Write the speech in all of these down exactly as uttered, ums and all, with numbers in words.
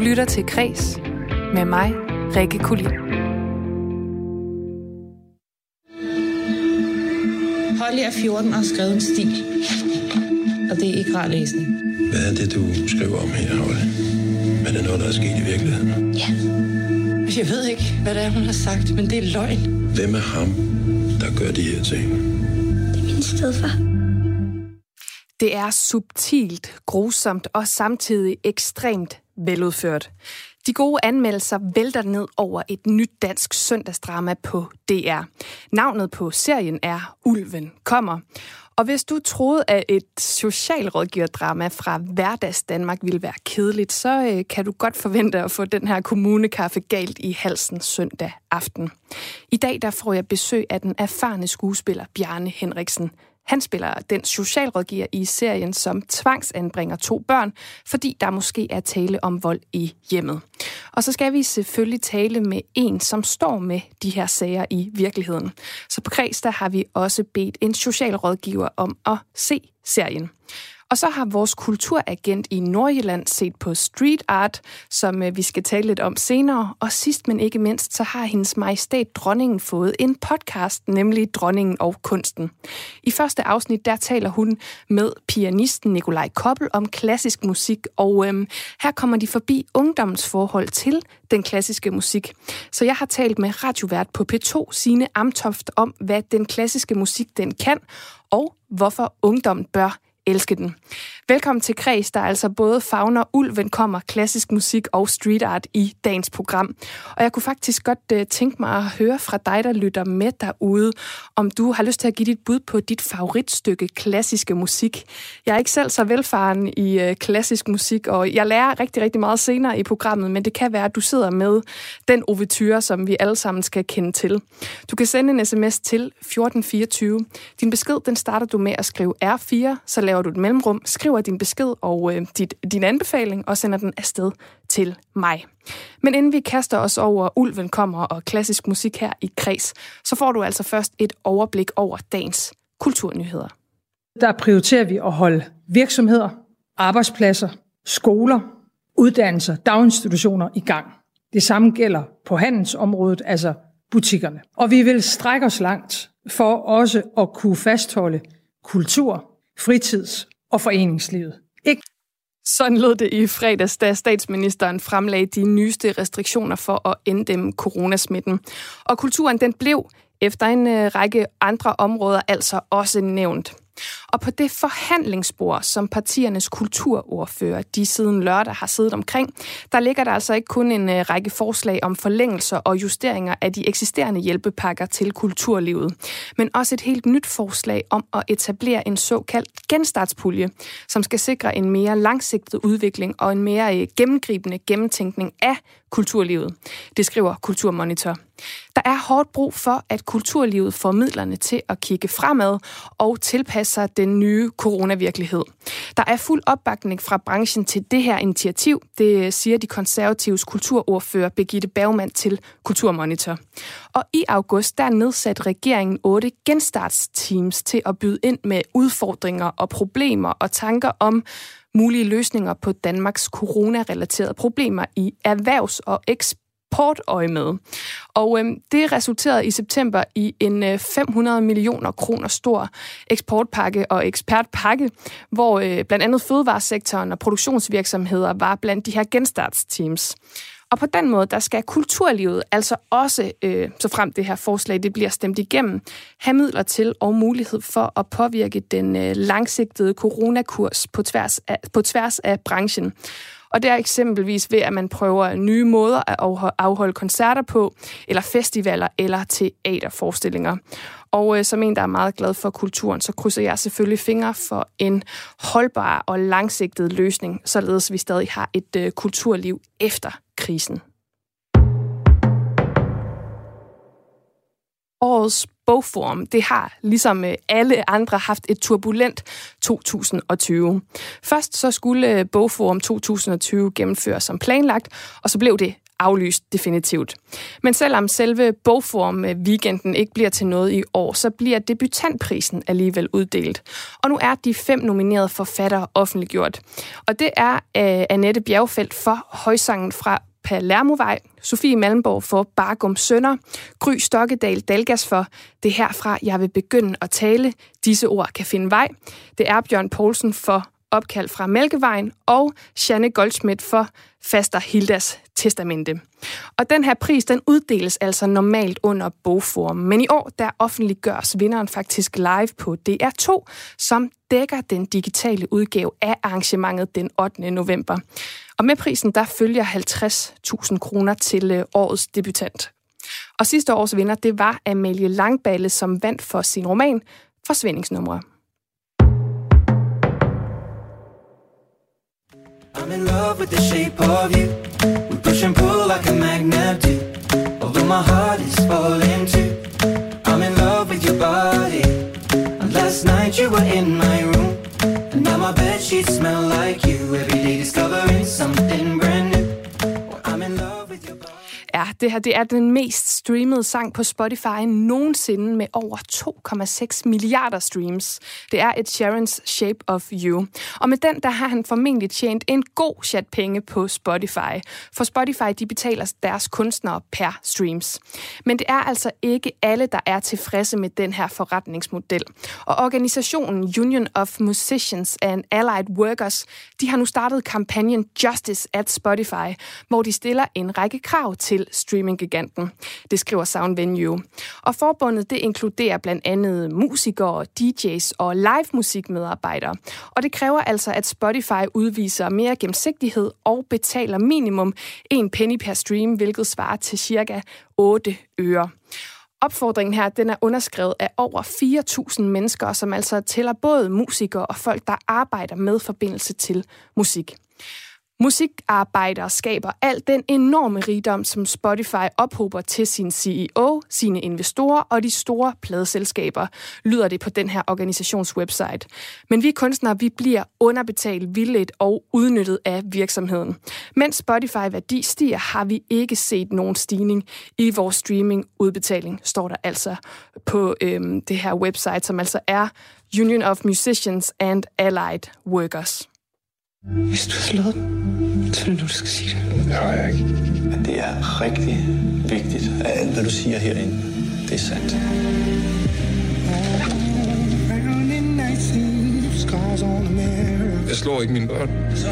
lytter til Kres med mig, Rikke Kulin. Holly er fjorten og har skrevet en stil, og det er ikke rar læsning. Hvad er det, du skriver om her, Holly? Er det noget, der er sket i virkeligheden? Ja. Jeg ved ikke, hvad det er, hun har sagt, men det er løgn. Hvem er ham, der gør de her ting? Det er min stedfar. Det er subtilt, grusomt og samtidig ekstremt veludført. De gode anmeldelser vælter ned over et nyt dansk søndagsdrama på D R. Navnet på serien er Ulven kommer. Og hvis du troede, at et socialrådgiverdrama fra hverdags Danmark ville være kedeligt, så øh, kan du godt forvente at få den her kommunekaffe galt i halsen søndag aften. I dag der får jeg besøg af den erfarne skuespiller Bjarne Henriksen. Han spiller den socialrådgiver i serien, som tvangsanbringer to børn, fordi der måske er tale om vold i hjemmet. Og så skal vi selvfølgelig tale med en, som står med de her sager i virkeligheden. Så på Kres, der har vi også bedt en socialrådgiver om at se serien. Og så har vores kulturagent i Nordjylland set på street art, som vi skal tale lidt om senere. Og sidst, men ikke mindst, så har hendes majestæt dronningen fået en podcast, nemlig Dronningen og kunsten. I første afsnit, der taler hun med pianisten Nikolaj Koppel om klassisk musik, og øhm, her kommer de forbi ungdommens forhold til den klassiske musik. Så jeg har talt med radiovært på P to, Signe Amtoft, om, hvad den klassiske musik den kan, og hvorfor ungdommen bør elske den. Velkommen til Kres, der altså både favner Ulven kommer, klassisk musik og street art i dagens program. Og jeg kunne faktisk godt uh, tænke mig at høre fra dig, der lytter med derude, om du har lyst til at give dit bud på dit favoritstykke klassiske musik. Jeg er ikke selv så velfaren i uh, klassisk musik, og jeg lærer rigtig, rigtig meget senere i programmet, men det kan være, at du sidder med den ouverture, som vi alle sammen skal kende til. Du kan sende en sms til fjorten fireogtyve. Din besked, den starter du med at skrive R fire, så laver du et mellemrum, skriver din besked og øh, dit, din anbefaling og sender den afsted til mig. Men inden vi kaster os over Ulven kommer og klassisk musik her i Kres, så får du altså først et overblik over dagens kulturnyheder. Der prioriterer vi at holde virksomheder, arbejdspladser, skoler, uddannelser, daginstitutioner i gang. Det samme gælder på handelsområdet, altså butikkerne. Og vi vil strække os langt for også at kunne fastholde kultur, fritids- og foreningslivet. Ikke? Sådan lød det i fredags, da statsministeren fremlagde de nyeste restriktioner for at inddæmme coronasmitten. Og kulturen den blev efter en øh, række andre områder altså også nævnt. Og på det forhandlingsbord, som partiernes kulturordfører de siden lørdag har siddet omkring, der ligger der altså ikke kun en øh, række forslag om forlængelser og justeringer af de eksisterende hjælpepakker til kulturlivet, men også et helt nyt forslag om at etablere en såkaldt genstartspulje, som skal sikre en mere langsigtet udvikling og en mere øh, gennemgribende gennemtænkning af kulturlivet. Det skriver Kulturmonitor. Der er hårdt brug for, at kulturlivet får midlerne til at kigge fremad og tilpasse sig den nye coronavirkelighed. Der er fuld opbakning fra branchen til det her initiativ, det siger de konservatives kulturordfører Birgitte Bergmann til Kulturmonitor. Og i august, der nedsatte regeringen otte genstartsteams til at byde ind med udfordringer og problemer og tanker om mulige løsninger på Danmarks coronarelaterede problemer i erhvervs- og eksportøjemed. Og øhm, det resulterede i september i en øh, fem hundrede millioner kroner stor eksportpakke og ekspertpakke, hvor øh, blandt andet fødevaresektoren og produktionsvirksomheder var blandt de her genstartsteams. Og på den måde, der skal kulturlivet altså også, øh, så frem det her forslag det bliver stemt igennem, have midler til og mulighed for at påvirke den øh, langsigtede coronakurs på tværs, af, på tværs af branchen. Og det er eksempelvis ved, at man prøver nye måder at afholde koncerter på, eller festivaler, eller teaterforestillinger. Og øh, som en, der er meget glad for kulturen, så krydser jeg selvfølgelig fingre for en holdbar og langsigtet løsning, således vi stadig har et øh, kulturliv efter krisen. Årets bogforum, det har ligesom alle andre haft et turbulent to tusind og tyve. Først så skulle bogforum to tusind og tyve gennemføres som planlagt, og så blev det aflyst definitivt. Men selvom selve Bogforum-weekenden ikke bliver til noget i år, så bliver debutantprisen alligevel uddelt. Og nu er de fem nominerede forfattere offentliggjort. Og det er uh, Annette Bjergfeldt for Højsangen fra Palermovej, Sofie Malmborg for Bargum Sønder, Gry Stokkedal Dalgas for Det herfra, jeg vil begynde at tale, disse ord kan finde vej. Det er Bjørn Poulsen for Opkald fra Mælkevejen og Janne Goldschmidt for Faster Hildas testamente. Og den her pris, den uddeles altså normalt under Bogforum, men i år der offentliggøres vinderen faktisk live på D R to, som dækker den digitale udgave af arrangementet den ottende november. Og med prisen, der følger halvtreds tusind kroner til årets debutant. Og sidste års vinder, det var Amalie Langballe, som vandt for sin roman Forsvindingsnumre. I'm in love with the shape of you. We push and pull like a magnet do. Although my heart is falling too. I'm in love with your body. And last night you were in my room. And now my bedsheets smell like you. Every day discovering something brand new. Well, I'm in love with your body. Ja, det her det er den mest streamede sang på Spotify nogensinde med over to komma seks milliarder streams. Det er Ed Sheeran's Shape of You. Og med den, der har han formentlig tjent en god chat penge på Spotify. For Spotify, de betaler deres kunstnere per streams. Men det er altså ikke alle, der er tilfredse med den her forretningsmodel. Og organisationen Union of Musicians and Allied Workers, de har nu startet kampagnen Justice at Spotify, hvor de stiller en række krav til streaminggiganten. Det skriver Soundvenue. Og forbundet, det inkluderer blandt andet musikere, D J's og live-musikmedarbejdere. Og det kræver altså, at Spotify udviser mere gennemsigtighed og betaler minimum en penny per stream, hvilket svarer til cirka otte øre. Opfordringen her, den er underskrevet af over fire tusind mennesker, som altså tæller både musikere og folk, der arbejder med forbindelse til musik. Musikarbejdere skaber al den enorme rigdom, som Spotify ophober til sin C E O, sine investorer og de store pladeselskaber, lyder det på den her organisations website. Men vi kunstnere, vi bliver underbetalt, vildledt og udnyttet af virksomheden. Mens Spotify-værdi stiger, har vi ikke set nogen stigning i vores streaming-udbetaling, står der altså på øhm, det her website, som altså er Union of Musicians and Allied Workers. Hvis du har slået den, så er det nu, du skal sige det. Det har jeg ikke. Men det er rigtig vigtigt, at alt, hvad du siger herinde, det er sandt. Jeg slår ikke mine børn. Så.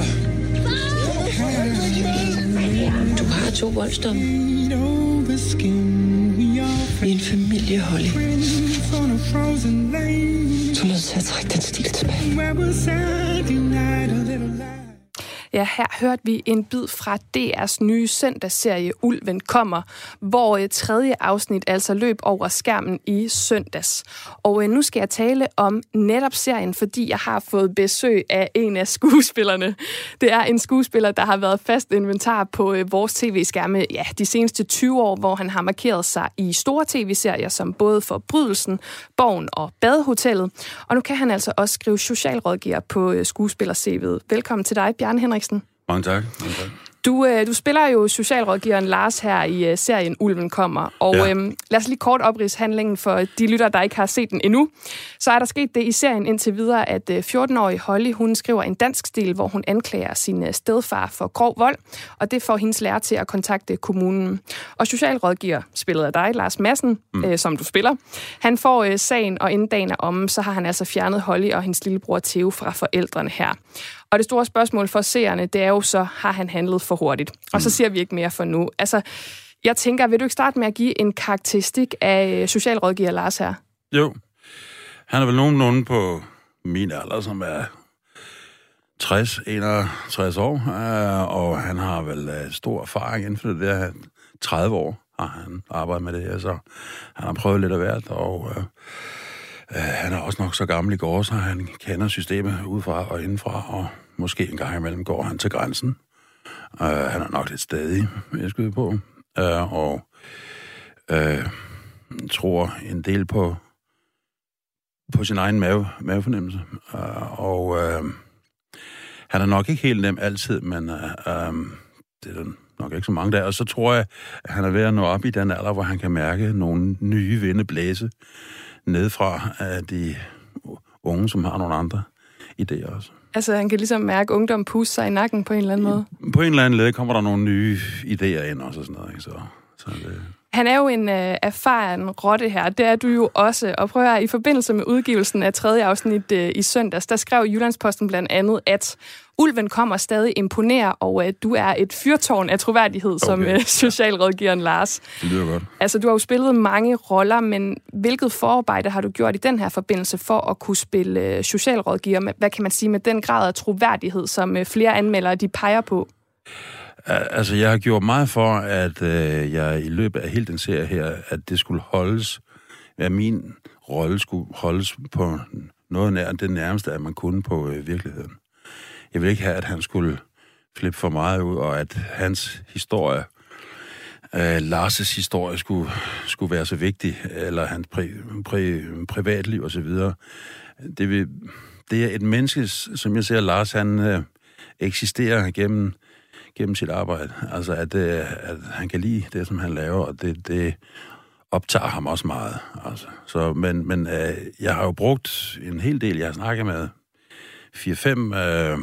Du har to voldsdomme. Vi er en familie, Holly. Du er nødt til at trække den stil tilbage. Ja, her hørte vi en bid fra D R's nye søndagsserie Ulven kommer, hvor et tredje afsnit altså løb over skærmen i søndags. Og nu skal jeg tale om netop serien, fordi jeg har fået besøg af en af skuespillerne. Det er en skuespiller, der har været fast inventar på vores tv-skærme ja, de seneste tyve år, hvor han har markeret sig i store tv-serier som både Forbrydelsen, Borgen og Badehotellet. Og nu kan han altså også skrive socialrådgiver på skuespiller-C V'et. Velkommen til dig, Bjarne Henriksen. Mange tak. Mange tak. Du, øh, du spiller jo socialrådgiveren Lars her i øh, serien Ulven kommer, og ja. øh, lad os lige kort opridse handlingen for de lyttere, der ikke har set den endnu. Så er der sket det i serien indtil videre, at øh, fjorten-årige Holly, hun skriver en dansk stil, hvor hun anklager sin øh, stedfar for grov vold, og det får hendes lærer til at kontakte kommunen. Og socialrådgiver, spillet af dig, Lars Madsen, mm. øh, som du spiller, han får øh, sagen, og inden dagen er omme, så har han altså fjernet Holly og hendes lillebror Theo fra forældrene her. Og det store spørgsmål for seerne, det er jo så, har han handlet for hurtigt? Og så siger vi ikke mere for nu. Altså, jeg tænker, vil du ikke starte med at give en karakteristik af socialrådgiver Lars her? Jo. Han er vel nogenlunde på min alder, som er tres til enogtres år, og han har vel stor erfaring inden for det der tredive år, har han arbejdet med det her, så han har prøvet lidt af hvert, og øh, øh, han er også nok så gammel i går, så han kender systemet udefra og indenfra, og måske en gang imellem går han til grænsen. Uh, han er nok lidt stadig, vil jeg skyde på, uh, og uh, tror en del på, på sin egen mave, mavefornemmelse. Uh, og uh, han er nok ikke helt nem altid, men uh, um, det er den nok ikke så mange dage. Og så tror jeg, at han er ved at nå op i den alder, hvor han kan mærke nogle nye vinde blæse nedefra af de unge, som har nogle andre idéer også. Altså, han kan ligesom mærke ungdom puste sig i nakken på en eller anden måde? På en eller anden led kommer der nogle nye idéer ind også og sådan noget, ikke? Så, så det... Han er jo en øh, erfaren rotte her, det er du jo også. Og prøv at høre, i forbindelse med udgivelsen af tredje afsnit øh, i søndags, der skrev Jyllandsposten blandt andet, at ulven kommer stadig imponerer, og at du er et fyrtårn af troværdighed, okay, som øh, socialrådgiveren Lars. Det lyder godt. Altså, du har jo spillet mange roller, men hvilket forarbejde har du gjort i den her forbindelse for at kunne spille øh, socialrådgiver? Med, hvad kan man sige med den grad af troværdighed, som øh, flere anmeldere de peger på? Altså, jeg har gjort meget for, at øh, jeg i løbet af hele den serie her, at det skulle holdes, at min rolle skulle holdes på noget nær det nærmeste, at man kunne på øh, virkeligheden. Jeg vil ikke have, at han skulle flippe for meget ud, og at hans historie, øh, Lars' historie, skulle, skulle være så vigtig, eller hans pri, pri, privatliv og så videre. Det, vil, det er et menneske, som jeg ser, Lars, han øh, eksisterer gennem gennem sit arbejde. Altså, at, at han kan lide det, som han laver, og det, det optager ham også meget. Altså. Så, men men øh, jeg har jo brugt en hel del. Jeg har snakket med fire-fem øh,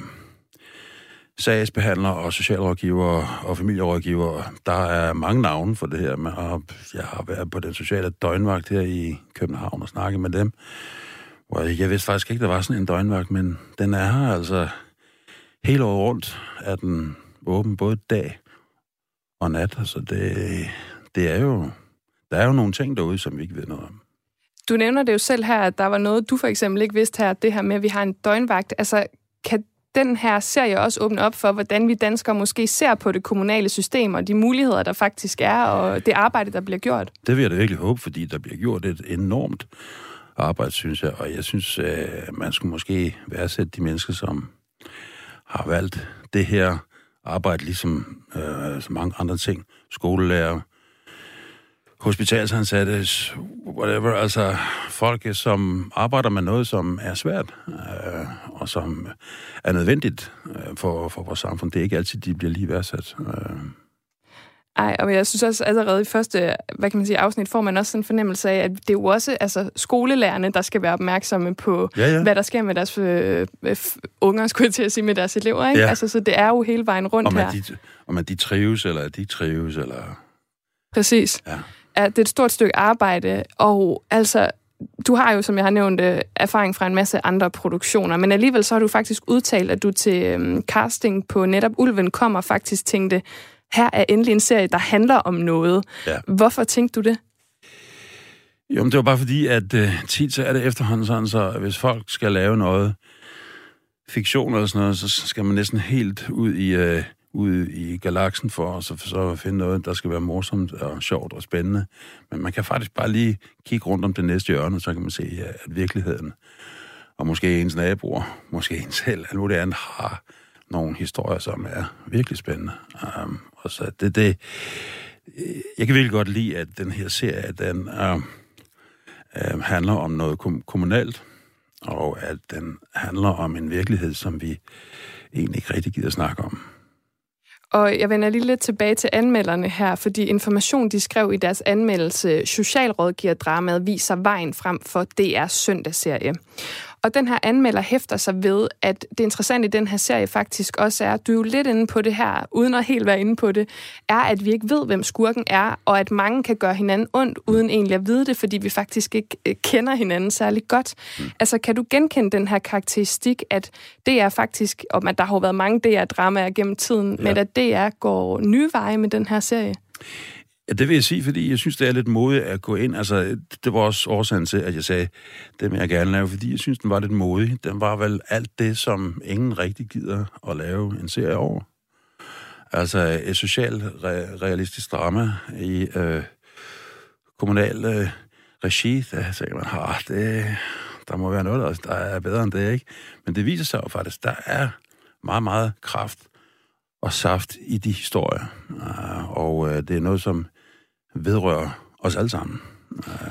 sagsbehandlere og socialrådgivere og familierådgivere. Der er mange navne for det her, og jeg har været på den sociale døgnvagt her i København og snakket med dem. Og jeg vidste faktisk ikke, der var sådan en døgnvagt, men den er her altså hele året rundt, at den åben både dag og nat. Altså det, det er jo, der er jo nogle ting derude, som vi ikke ved noget om. Du nævner det jo selv her, at der var noget, du for eksempel ikke vidste her, det her med, at vi har en døgnvagt. Altså, kan den her serie også åbne op for, hvordan vi danskere måske ser på det kommunale system, og de muligheder, der faktisk er, og det arbejde, der bliver gjort? Det vil jeg da virkelig håbe, fordi der bliver gjort et enormt arbejde, synes jeg. Og jeg synes, at man skulle måske værdsætte de mennesker, som har valgt det her arbejde, ligesom øh, så mange andre ting. Skolelærer, hospitalsansatte, whatever. Altså folk, som arbejder med noget, som er svært, øh, og som er nødvendigt øh, for, for vores samfund. Det er ikke altid, de bliver lige værdsat. Øh. Ej, og jeg synes også allerede i første, hvad kan man sige, afsnit får man også en fornemmelse af, at det er jo også altså, skolelærerne, der skal være opmærksomme på, ja, ja. hvad der sker med deres øh, unger, skulle jeg til at sige, med deres elever, ikke? Ja. Altså, så det er jo hele vejen rundt om, her. De, om at de trives, eller at de trives, eller... Præcis. Ja. Ja, det er et stort stykke arbejde, og altså, du har jo, som jeg har nævnt, erfaring fra en masse andre produktioner, men alligevel så har du faktisk udtalt, at du til øhm, casting på netop Ulven kommer faktisk tænkte, her er endelig en serie, der handler om noget. Ja. Hvorfor tænkte du det? Jo, men det var bare fordi, at uh, tit så er det efterhånden sådan, så hvis folk skal lave noget fiktion eller sådan noget, så skal man næsten helt ud i, uh, ud i galaksen for så, så at finde noget, der skal være morsomt og sjovt og spændende. Men man kan faktisk bare lige kigge rundt om det næste hjørne, så kan man se, ja, at virkeligheden, og måske ens naboer, måske ens selv, eller det andet, har nogle historier, som er virkelig spændende. Um, og så det, det, jeg kan virkelig godt lide, at den her serie, den uh, uh, handler om noget kom- kommunalt, og at den handler om en virkelighed, som vi egentlig ikke rigtig gider snakke om. Og jeg vender lige lidt tilbage til anmelderne her, fordi Information, de skrev i deres anmeldelse, socialrådgiverdramaet viser vejen frem for D R's søndagsserie. Og den her anmelder hæfter sig ved, at det interessante i den her serie faktisk også er, du er jo lidt inde på det her, uden at helt være inde på det, er, at vi ikke ved, hvem skurken er, og at mange kan gøre hinanden ondt, uden egentlig at vide det, fordi vi faktisk ikke kender hinanden særlig godt. Mm. Altså, kan du genkende den her karakteristik, at det er faktisk, om at der har været mange D R-dramaer gennem tiden, ja. men at D R går nye veje med den her serie? Ja, det vil jeg sige, fordi jeg synes, det er lidt modigt at gå ind. Altså, det var også årsagen til, at jeg sagde, det vil jeg gerne lave, fordi jeg synes, den var lidt modig. Den var vel alt det, som ingen rigtig gider at lave en serie over. Altså, et socialt re- realistisk drama i øh, kommunal øh, regi, der sagde man, ah, det, der må være noget, der er bedre end det, ikke? Men det viser sig jo faktisk, der er meget, meget kraft og saft i de historier. Uh, og uh, det er noget, som vedrører os alle sammen. Uh.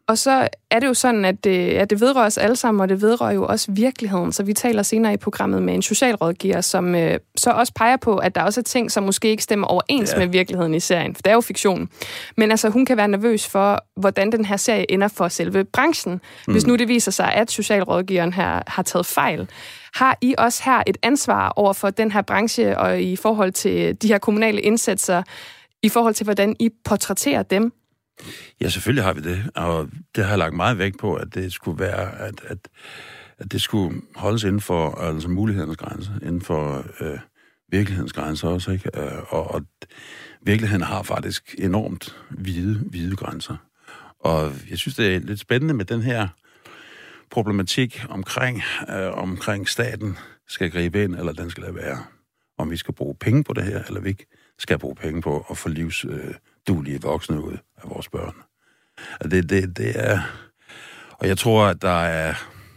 Og så er det jo sådan, at det, at det vedrører os alle sammen, og det vedrører jo også virkeligheden. Så vi taler senere i programmet med en socialrådgiver, som øh, så også peger på, at der også er ting, som måske ikke stemmer overens ja. med virkeligheden i serien. For det er jo fiktion. Men altså, hun kan være nervøs for, hvordan den her serie ender for selve branchen. Mm. Hvis nu det viser sig, at socialrådgiveren her har taget fejl. Har I også her et ansvar over for den her branche, og i forhold til de her kommunale indsatser, i forhold til, hvordan I portrætterer dem? Ja, selvfølgelig har vi det, og det har jeg lagt meget vægt på, at det skulle være, at, at, at det skulle holdes inden for altså mulighedens grænser, inden for øh, virkelighedens grænser også, ikke? Og, og virkeligheden har faktisk enormt hvide, hvide grænser. Og jeg synes, det er lidt spændende med den her problematik omkring, øh, omkring staten skal gribe ind, eller den skal lade være. Om vi skal bruge penge på det her, eller vi ikke skal bruge penge på at få livsduelige øh, voksne ud af vores børn. Det, det, det er... Og jeg tror, at der er...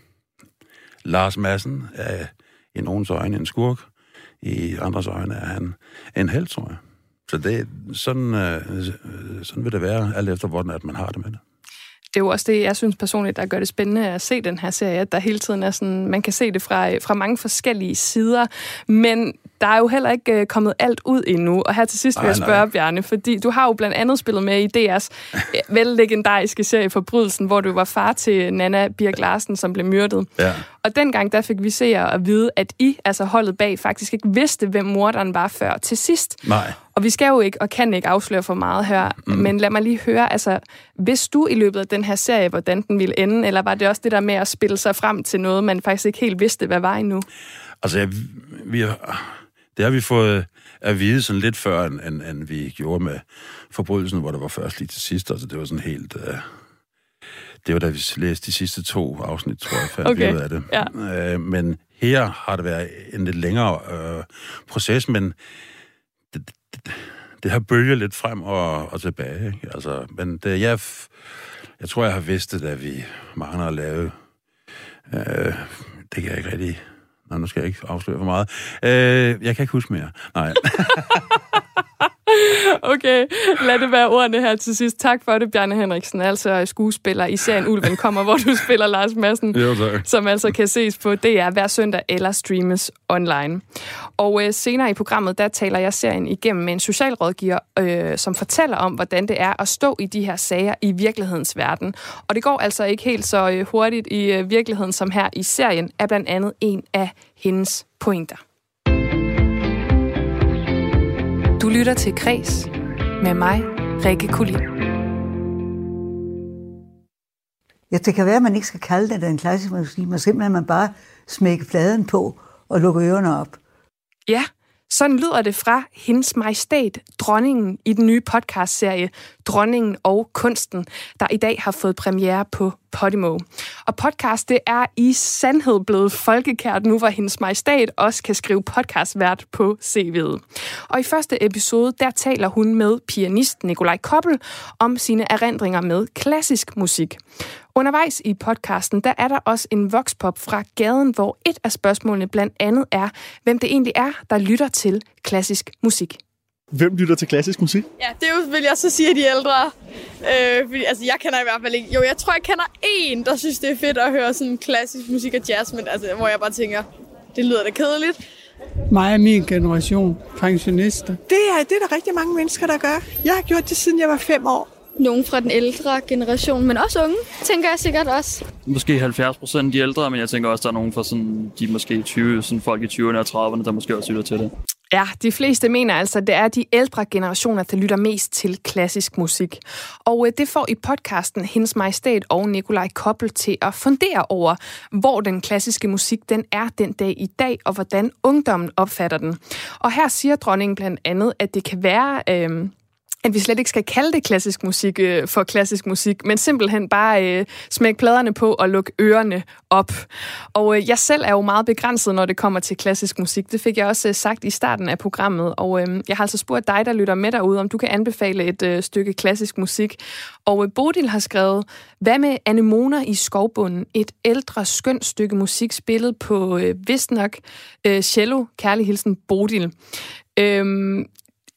Lars Madsen er i nogens øjne en skurk, i andres øjne er han en helt, tror jeg. Så det, sådan, øh, sådan vil det være, alt efter hvordan at man har det med det. Det er jo også det, jeg synes personligt, der gør det spændende at se den her serie, at der hele tiden er sådan, man kan se det fra, fra mange forskellige sider, men der er jo heller ikke kommet alt ud endnu. Og her til sidst vil jeg spørge, Bjarne, fordi du har jo blandt andet spillet med i D R's vel legendariske serie Forbrydelsen, hvor du var far til Nanna Birk Larsen, som blev myrdet. Ja. Og dengang der fik vi se at vide, at I, altså holdet bag, faktisk ikke vidste, hvem morderen var før til sidst. Nej. Og vi skal jo ikke og kan ikke afsløre for meget her, mm. men lad mig lige høre, altså, vidste du i løbet af den her serie, hvordan den ville ende, eller var det også det der med at spille sig frem til noget, man faktisk ikke helt vidste, hvad var endnu? Altså, jeg, vi har, det har vi fået at vide sådan lidt før, end, end, end vi gjorde med Forbrydelsen, hvor det var først lige til sidst, altså det var sådan helt... Uh, det var da vi læste de sidste to afsnit, tror jeg, fandt okay. ud af det. Ja. Uh, men her har det været en lidt længere uh, proces, men... Det, det, det har bølget lidt frem og, og tilbage, ikke? Altså, men det, jeg, jeg tror, jeg har vidst det, da vi mangler at lave. Øh, det kan jeg ikke rigtig... Nå, nu skal jeg ikke afsløre for meget. Øh, jeg kan ikke huske mere. Nej. Okay, lad det være ordene her til sidst. Tak for det, Bjarne Henriksen, altså skuespiller i serien Ulven kommer, hvor du spiller Lars Madsen, jo, som altså kan ses på D R hver søndag eller streames online. Og øh, senere i programmet, der taler jeg serien igennem med en socialrådgiver, øh, som fortæller om, hvordan det er at stå i de her sager i virkelighedens verden. Og det går altså ikke helt så øh, hurtigt i øh, virkeligheden som her i serien, er blandt andet en af hendes pointer. Du lytter til Kres med mig, Rikke Kulin. Ja, det kan være, at man ikke skal kalde det den klassiske musik, men simpelthen man bare smække fladen på og lukke ørerne op. Ja, sådan lyder det fra Hendes Majestæt, dronningen i den nye podcastserie Dronningen og Kunsten, der i dag har fået premiere på Podimo. Og podcast, det er i sandhed blevet folkekært nu, hvor Hendes Majestæt også kan skrive podcastvært på C V'et. Og i første episode, der taler hun med pianist Nikolaj Koppel om sine erindringer med klassisk musik. Undervejs i podcasten, der er der også en voxpop fra gaden, hvor et af spørgsmålene blandt andet er, hvem det egentlig er, der lytter til klassisk musik. Hvem lytter til klassisk musik? Ja, det er jo, vil jeg så sige, de ældre. Øh, fordi, altså, jeg kender i hvert fald ikke... Jo, jeg tror, jeg kender en, der synes, det er fedt at høre sådan klassisk musik og jazz, men altså, hvor jeg bare tænker, det lyder da kedeligt. Mig og min generation, pensionister. Det er, det er der rigtig mange mennesker, der gør. Jeg har gjort det, siden jeg var fem år. Nogen fra den ældre generation, men også unge, tænker jeg sikkert også. Måske halvfjerds procent de ældre, men jeg tænker også, der er nogen fra sådan, de måske tyve, sådan folk i tyverne og trediverne, der måske også lytter til det. Ja, de fleste mener altså, at det er de ældre generationer, der lytter mest til klassisk musik. Og det får i podcasten Hendes Majestæt og Nikolaj Koppel til at fundere over, hvor den klassiske musik den er den dag i dag, og hvordan ungdommen opfatter den. Og her siger dronningen blandt andet, at det kan være... Øh, at vi slet ikke skal kalde det klassisk musik øh, for klassisk musik, men simpelthen bare øh, smække pladerne på og lukke ørerne op. Og øh, jeg selv er jo meget begrænset, når det kommer til klassisk musik. Det fik jeg også øh, sagt i starten af programmet, og øh, jeg har altså spurgt dig, der lytter med derude, om du kan anbefale et øh, stykke klassisk musik. Og øh, Bodil har skrevet, hvad med Anemoner i skovbunden? Et ældre, skønt stykke musik spillet på øh, vist nok øh, cello. Kærlig hilsen, Bodil. Øhm,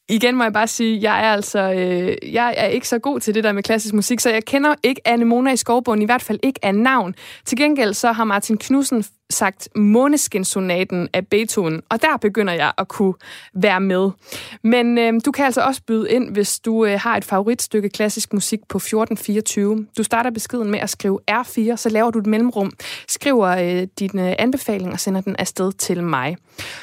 Igen må jeg bare sige, jeg er altså øh, jeg er ikke så god til det der med klassisk musik, så jeg kender ikke Anemona i skovbogen, i hvert fald ikke af navn. Til gengæld så har Martin Knudsen sagt Måneskinsonaten af Beethoven, og der begynder jeg at kunne være med. Men øh, du kan altså også byde ind, hvis du øh, har et favoritstykke klassisk musik på fjorten fireogtyve. Du starter beskeden med at skrive R fire, så laver du et mellemrum, skriver øh, dine anbefalinger og sender den afsted til mig.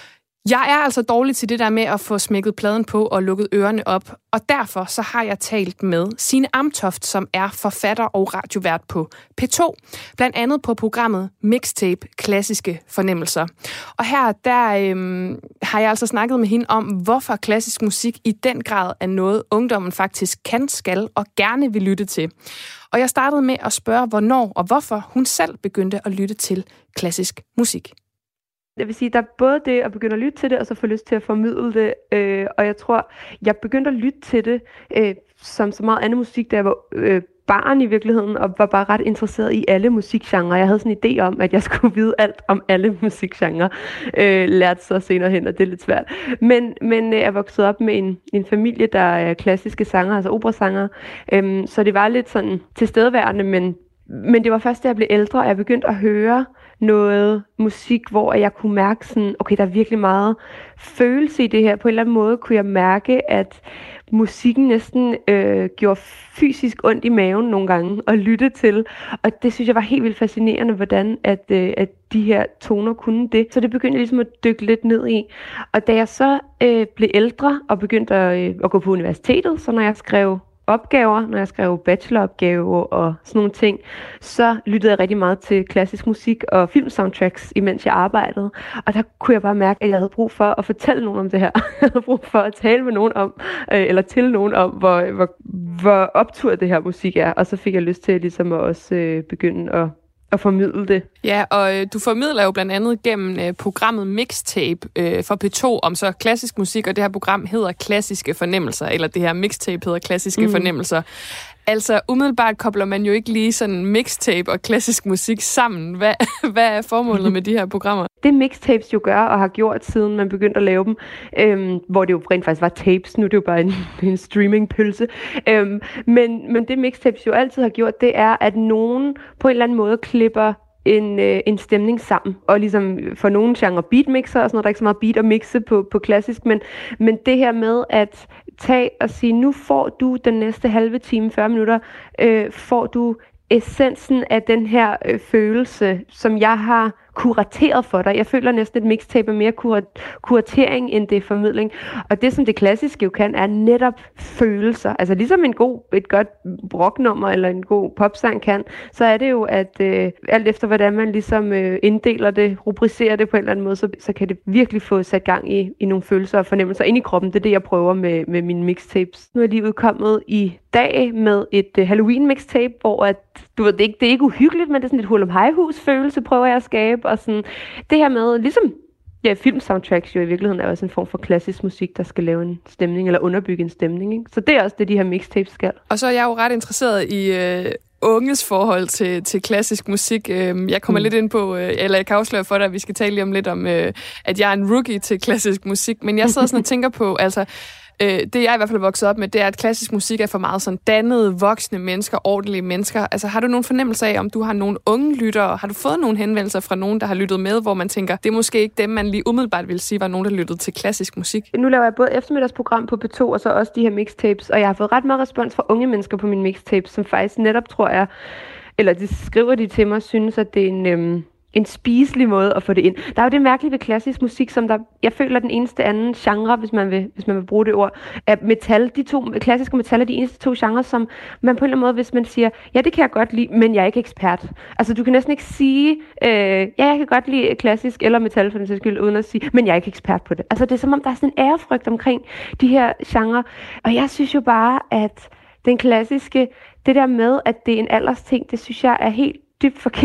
Jeg er altså dårlig til det der med at få smækket pladen på og lukket ørerne op, og derfor så har jeg talt med Signe Amtoft, som er forfatter og radiovært på P to, blandt andet på programmet Mixtape Klassiske Fornemmelser. Og her der øhm, har jeg altså snakket med hende om, hvorfor klassisk musik i den grad er noget, ungdommen faktisk kan, skal og gerne vil lytte til. Og jeg startede med at spørge, hvornår og hvorfor hun selv begyndte at lytte til klassisk musik. Jeg vil sige, der er både det at begynde at lytte til det, og så få lyst til at formidle det. Øh, og jeg tror, jeg begyndte at lytte til det, øh, som så meget andet musik, da jeg var øh, barn i virkeligheden, og var bare ret interesseret i alle musikgenrer. Jeg havde sådan en idé om, at jeg skulle vide alt om alle musikgenrer. Øh, lærte så senere hen, og det er lidt svært. Men, men øh, jeg voksede op med en, en familie, der er klassiske sanger, altså operasanger. Øh, så det var lidt sådan tilstedeværende, men, men det var først, da jeg blev ældre, og jeg begyndte at høre noget musik, hvor jeg kunne mærke sådan, okay, der er virkelig meget følelse i det her. På en eller anden måde kunne jeg mærke, at musikken næsten øh, gjorde fysisk ondt i maven nogle gange at lytte til. Og det synes jeg var helt vildt fascinerende, hvordan at, øh, at de her toner kunne det. Så det begyndte jeg ligesom at dykke lidt ned i. Og da jeg så øh, blev ældre og begyndte at, øh, at gå på universitetet, så når jeg skrev opgaver, når jeg skrev bacheloropgave og sådan nogle ting, så lyttede jeg rigtig meget til klassisk musik og filmsoundtracks, imens jeg arbejdede. Og der kunne jeg bare mærke, at jeg havde brug for at fortælle nogen om det her. Jeg havde brug for at tale med nogen om, øh, eller til nogen om, hvor, hvor, hvor optur det her musik er. Og så fik jeg lyst til ligesom at også øh, begynde at at formidle det. Ja, og øh, du formidler jo blandt andet gennem øh, programmet Mixtape øh, for P to om så klassisk musik, og det her program hedder Klassiske Fornemmelser, eller det her mixtape hedder Klassiske mm. Fornemmelser. Altså, umiddelbart kobler man jo ikke lige sådan mixtape og klassisk musik sammen. Hvad, hvad er formålet med de her programmer? Det mixtapes jo gør og har gjort, siden man begyndte at lave dem, øhm, hvor det jo rent faktisk var tapes, nu er det jo bare en, en streamingpølse. Øhm, men, men det mixtapes jo altid har gjort, det er, at nogen på en eller anden måde klipper en, øh, en stemning sammen. Og ligesom for nogle genre beatmixer og sådan noget, der er ikke så meget beat at mixe på, på klassisk, men, men det her med at tage og sige, nu får du den næste halve time, fyrre minutter, øh, får du essensen af den her øh, følelse, som jeg har kurateret for dig. Jeg føler næsten, at mixtape er mere kurat- kuratering, end det er formidling. Og det, som det klassiske jo kan, er netop følelser. Altså ligesom en god, et godt rocknummer eller en god popsang kan, så er det jo, at øh, alt efter hvordan man ligesom øh, inddeler det, rubricerer det på en eller anden måde, så, så kan det virkelig få sat gang i, i nogle følelser og fornemmelser ind i kroppen. Det er det, jeg prøver med, med mine mixtapes. Nu er jeg lige udkommet i dag med et øh, Halloween-mixtape, hvor at, du ved, det, er ikke, det er ikke uhyggeligt, men det er sådan et hul-om-hej-hus-følelse, prøver jeg at skabe. Og sådan, det her med, ligesom ja, filmsoundtracks jo i virkeligheden er også en form for klassisk musik, der skal lave en stemning, eller underbygge en stemning, ikke? Så det er også det, de her mixtapes skal. Og så er jeg jo ret interesseret i øh, unges forhold til, til klassisk musik. Jeg kommer mm. lidt ind på, øh, eller jeg kan afsløre for dig, at vi skal tale lige om lidt om, øh, at jeg er en rookie til klassisk musik, men jeg sidder sådan og tænker på, altså, det jeg i hvert fald er vokset op med, det er, at klassisk musik er for meget sådan dannede, voksne mennesker, ordentlige mennesker. Altså, har du nogen fornemmelse af, om du har nogle unge lyttere? Har du fået nogle henvendelser fra nogen, der har lyttet med, hvor man tænker, det er måske ikke dem, man lige umiddelbart vil sige, var nogen, der lyttede til klassisk musik? Nu laver jeg både eftermiddagsprogram på P to, og så også de her mixtapes, og jeg har fået ret meget respons fra unge mennesker på mine mixtapes, som faktisk netop, tror jeg, eller de skriver de til mig, synes, at det er en... Øhm en spiselig måde at få det ind. Der er jo det mærkelige ved klassisk musik, som der, jeg føler, den eneste anden genre, hvis man vil, hvis man vil bruge det ord, er metal. De to, klassisk og metal er de eneste to genrer, som man på en eller anden måde, hvis man siger, ja, det kan jeg godt lide, men jeg er ikke ekspert. Altså, du kan næsten ikke sige, øh, ja, jeg kan godt lide klassisk eller metal, for den sags skyld, uden at sige, men jeg er ikke ekspert på det. Altså, det er som om, der er sådan en ærefrygt omkring de her genrer. Og jeg synes jo bare, at den klassiske, det der med, at det er en aldersting, det synes jeg er helt dybt forkert.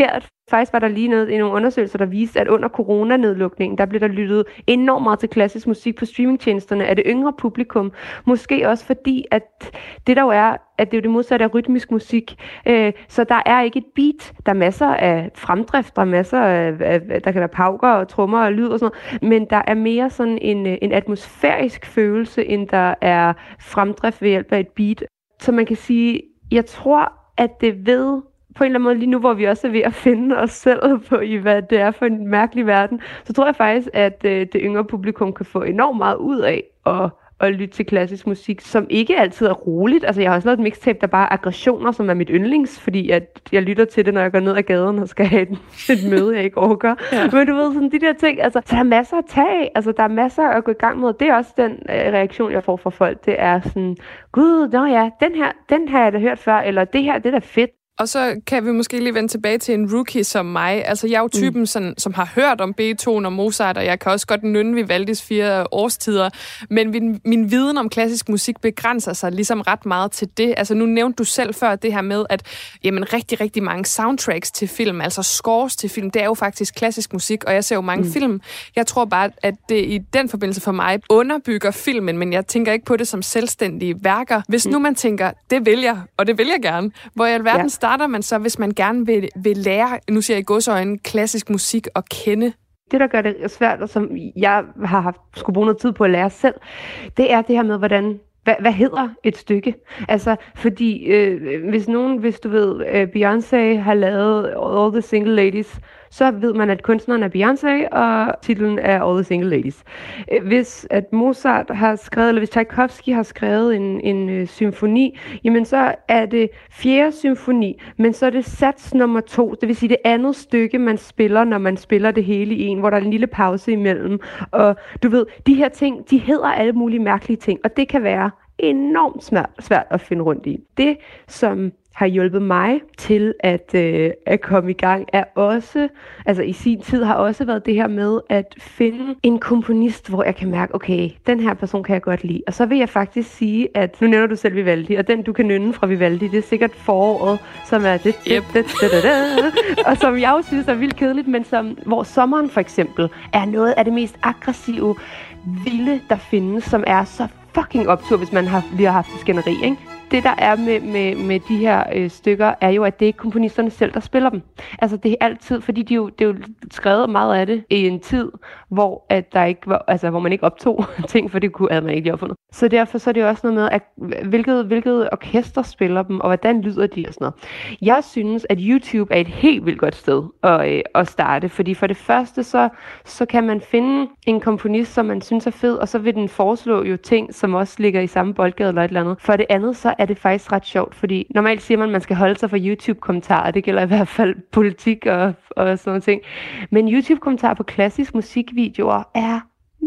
Faktisk var der lige noget i nogle undersøgelser, der viste, at under coronanedlukningen, der blev der lyttet enormt meget til klassisk musik på streamingtjenesterne af det yngre publikum. Måske også fordi, at det der jo er, at det er jo det modsatte af rytmisk musik. Øh, så der er ikke et beat. Der er masser af fremdrift, der er masser af, af der kan være pauker og trommer og lyd og sådan noget. Men der er mere sådan en, en atmosfærisk følelse, end der er fremdrift ved hjælp af et beat. Så man kan sige, jeg tror, at det ved på en eller anden måde lige nu, hvor vi også er ved at finde os selv på, i hvad det er for en mærkelig verden, så tror jeg faktisk, at øh, det yngre publikum kan få enormt meget ud af at, at lytte til klassisk musik, som ikke altid er roligt. Altså, jeg har også lavet et mixtape, der bare er aggressioner, som er mit yndlings, fordi at jeg lytter til det, når jeg går ned ad gaden og skal have et, et møde, jeg ikke orker. Ja. Men du ved, sådan de der ting, altså, så der er masser at tage af. Altså, der er masser at gå i gang med. Det er også den øh, reaktion, jeg får fra folk. Det er sådan, gud, nå ja, den her, den har jeg da hørt før, eller det her, det er da fedt. Og så kan vi måske lige vende tilbage til en rookie som mig. Altså, jeg er jo typen, mm. sådan, som har hørt om Beethoven og Mozart, og jeg kan også godt nynne Vivaldis fire årstider. Men min, min viden om klassisk musik begrænser sig ligesom ret meget til det. Altså, nu nævnte du selv før det her med, at jamen, rigtig, rigtig mange soundtracks til film, altså scores til film, det er jo faktisk klassisk musik, og jeg ser jo mange mm. film. Jeg tror bare, at det i den forbindelse for mig underbygger filmen, men jeg tænker ikke på det som selvstændige værker. Hvis mm. nu man tænker, det vil jeg, og det vil jeg gerne, hvor i alverden ja. starter man så, hvis man gerne vil, vil lære, nu siger jeg i godsøjne, klassisk musik at kende? Det, der gør det svært, og som jeg har haft skulle bruge noget tid på at lære selv, det er det her med, hvordan Hvad, hvad hedder et stykke? Altså, fordi øh, hvis nogen, hvis du ved, øh, Beyoncé har lavet All the Single Ladies, så ved man, at kunstneren er Beyoncé, og titlen er All the Single Ladies. Hvis at Mozart har skrevet, eller hvis Tchaikovsky har skrevet en, en øh, symfoni, jamen så er det fjerde symfoni, men så er det sats nummer to, det vil sige det andet stykke, man spiller, når man spiller det hele i en, hvor der er en lille pause imellem. Og du ved, de her ting, de hedder alle mulige mærkelige ting, og det kan være enormt svært, svært at finde rundt i. Det, som har hjulpet mig til at, øh, at komme i gang, er også, altså i sin tid har også været det her med at finde en komponist, hvor jeg kan mærke, okay, den her person kan jeg godt lide. Og så vil jeg faktisk sige, at nu nævner du selv Vivaldi, og den du kan nynne fra Vivaldi, det er sikkert foråret, som er det, yep. det, det, det, det, det, og som jeg også synes er vildt kedeligt, men som, hvor sommeren for eksempel er noget af det mest aggressive, vilde, der findes, som er så fucking optur, hvis man har, lige har haft et skænderi, ikke? Det, der er med, med, med de her øh, stykker, er jo, at det er ikke komponisterne selv, der spiller dem. Altså, det er altid, fordi de jo, det er jo skrevet meget af det i en tid, hvor, at der ikke var, altså, hvor man ikke optog ting, for det kunne havde man ikke lige opfundet. Så derfor så er det jo også noget med, at hvilket, hvilket orkester spiller dem, og hvordan lyder de og sådan noget. Jeg synes, at YouTube er et helt vildt godt sted at, øh, at starte, fordi for det første, så, så kan man finde en komponist, som man synes er fed, og så vil den foreslå jo ting, som også ligger i samme boldgade eller et eller andet. For det andet, så er det faktisk ret sjovt, fordi normalt siger man, at man skal holde sig fra YouTube-kommentarer. Det gælder i hvert fald politik og, og sådan noget ting. Men YouTube-kommentarer på klassisk musikvideoer er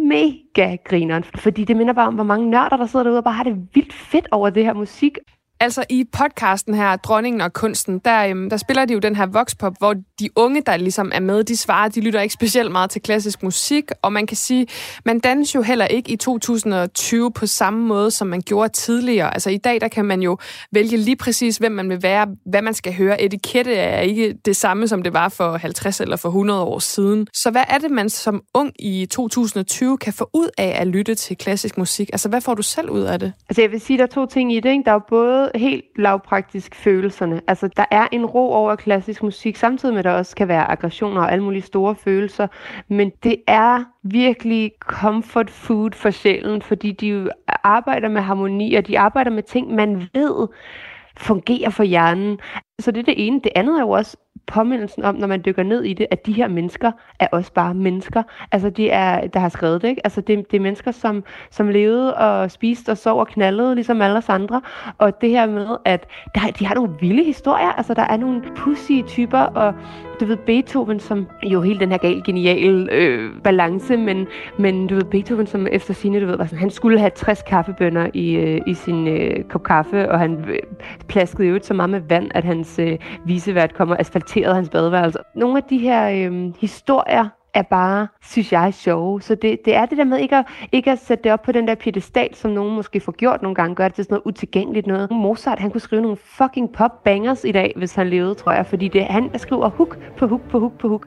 mega grineren, fordi det minder bare om, hvor mange nørder, der sidder derude og bare har det vildt fedt over det her musik. Altså i podcasten her, Dronningen og Kunsten, der, øhm, der spiller de jo den her voxpop, hvor de unge, der ligesom er med, de svarer, de lytter ikke specielt meget til klassisk musik, og man kan sige, man danser jo heller ikke i to tusind og tyve på samme måde, som man gjorde tidligere. Altså i dag, der kan man jo vælge lige præcis, hvem man vil være, hvad man skal høre. Etikette er ikke det samme, som det var for halvtreds eller for hundrede år siden. Så hvad er det, man som ung i to tusind og tyve kan få ud af at lytte til klassisk musik? Altså hvad får du selv ud af det? Altså jeg vil sige, der er to ting i det, ikke? Der er jo både helt lavpraktisk følelserne. Altså, der er en ro over klassisk musik, samtidig med, at der også kan være aggressioner og alle mulige store følelser, men det er virkelig comfort food for sjælen, fordi de jo arbejder med harmoni, og de arbejder med ting, man ved fungerer for hjernen. Så det er det ene. Det andet er jo også påmindelsen om, når man dykker ned i det, at de her mennesker er også bare mennesker. Altså, de er, der har skrevet det, ikke? Altså, det, det er mennesker, som, som levede og spiste og sov og knaldede, ligesom alle os andre. Og det her med, at der, de har nogle vilde historier. Altså, der er nogle pussy typer, og du ved, Beethoven, som jo helt den her gal, genial øh, balance, men, men du ved, Beethoven, som efter sine, du ved, var sådan, han skulle have tres kaffebønner i, øh, i sin øh, kop kaffe, og han øh, plaskede jo så meget med vand, at hans øh, visevært kom og asfalterede hans badeværelse. Nogle af de her øh, historier er bare, synes jeg, sjove. Så det, det er det der med ikke at, ikke at sætte det op på den der piedestal, som nogen måske får gjort nogle gange, gør det til sådan noget utilgængeligt noget. Mozart, han kunne skrive nogle fucking pop-bangers i dag, hvis han levede, tror jeg, fordi det, han skriver hook på hook på hook på hook.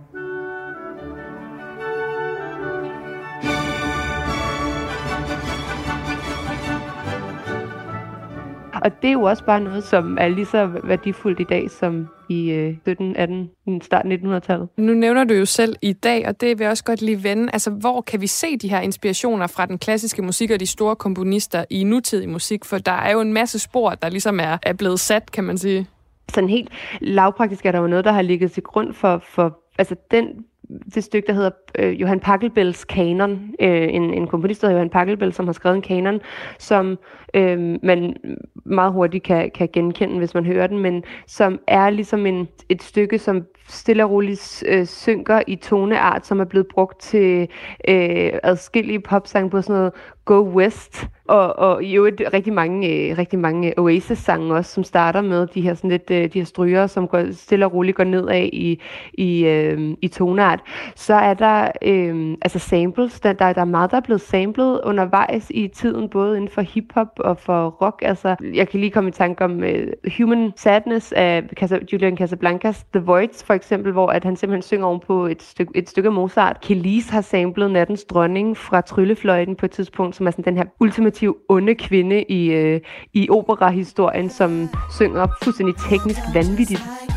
Og det er jo også bare noget, som er lige så værdifuldt i dag, som i øh, sytten atten, start nittenhundredetallet. Nu nævner du jo selv i dag, og det vil jeg også godt lige vende. Altså, hvor kan vi se de her inspirationer fra den klassiske musik og de store komponister i nutidig musik? For der er jo en masse spor, der ligesom er, er blevet sat, kan man sige. Sådan helt lavpraktisk er der jo noget, der har ligget til grund for, for altså den det stykke, der hedder øh, Johann Pachelbels kanon, øh, en, en komponist, der hedder Johann Pachelbel, som har skrevet en kanon, som øh, man meget hurtigt kan, kan genkende, hvis man hører den, men som er ligesom en, et stykke, som stille og roligt øh, synker i toneart, som er blevet brugt til øh, adskillige popsange på sådan noget Go West, og, og i øvrigt rigtig mange, øh, rigtig mange Oasis-sange også, som starter med de her, sådan lidt, øh, de her stryger, som går, stille og roligt går nedad i, i, øh, i toneart. Så er der øh, altså samples, der, der, der er meget, der er blevet samlet undervejs i tiden, både inden for hiphop og for rock. Altså, jeg kan lige komme i tanke om øh, Human Sadness af Casa, Julian Casablancas The Voids, for eksempel, hvor at han simpelthen synger oven på et, stykke, et stykke af Mozart. Kelis har samlet Nattens Dronning fra Tryllefløjten på et tidspunkt, som er sådan den her ultimative onde kvinde i, øh, i operahistorien, som synger fuldstændig teknisk vanvittigt.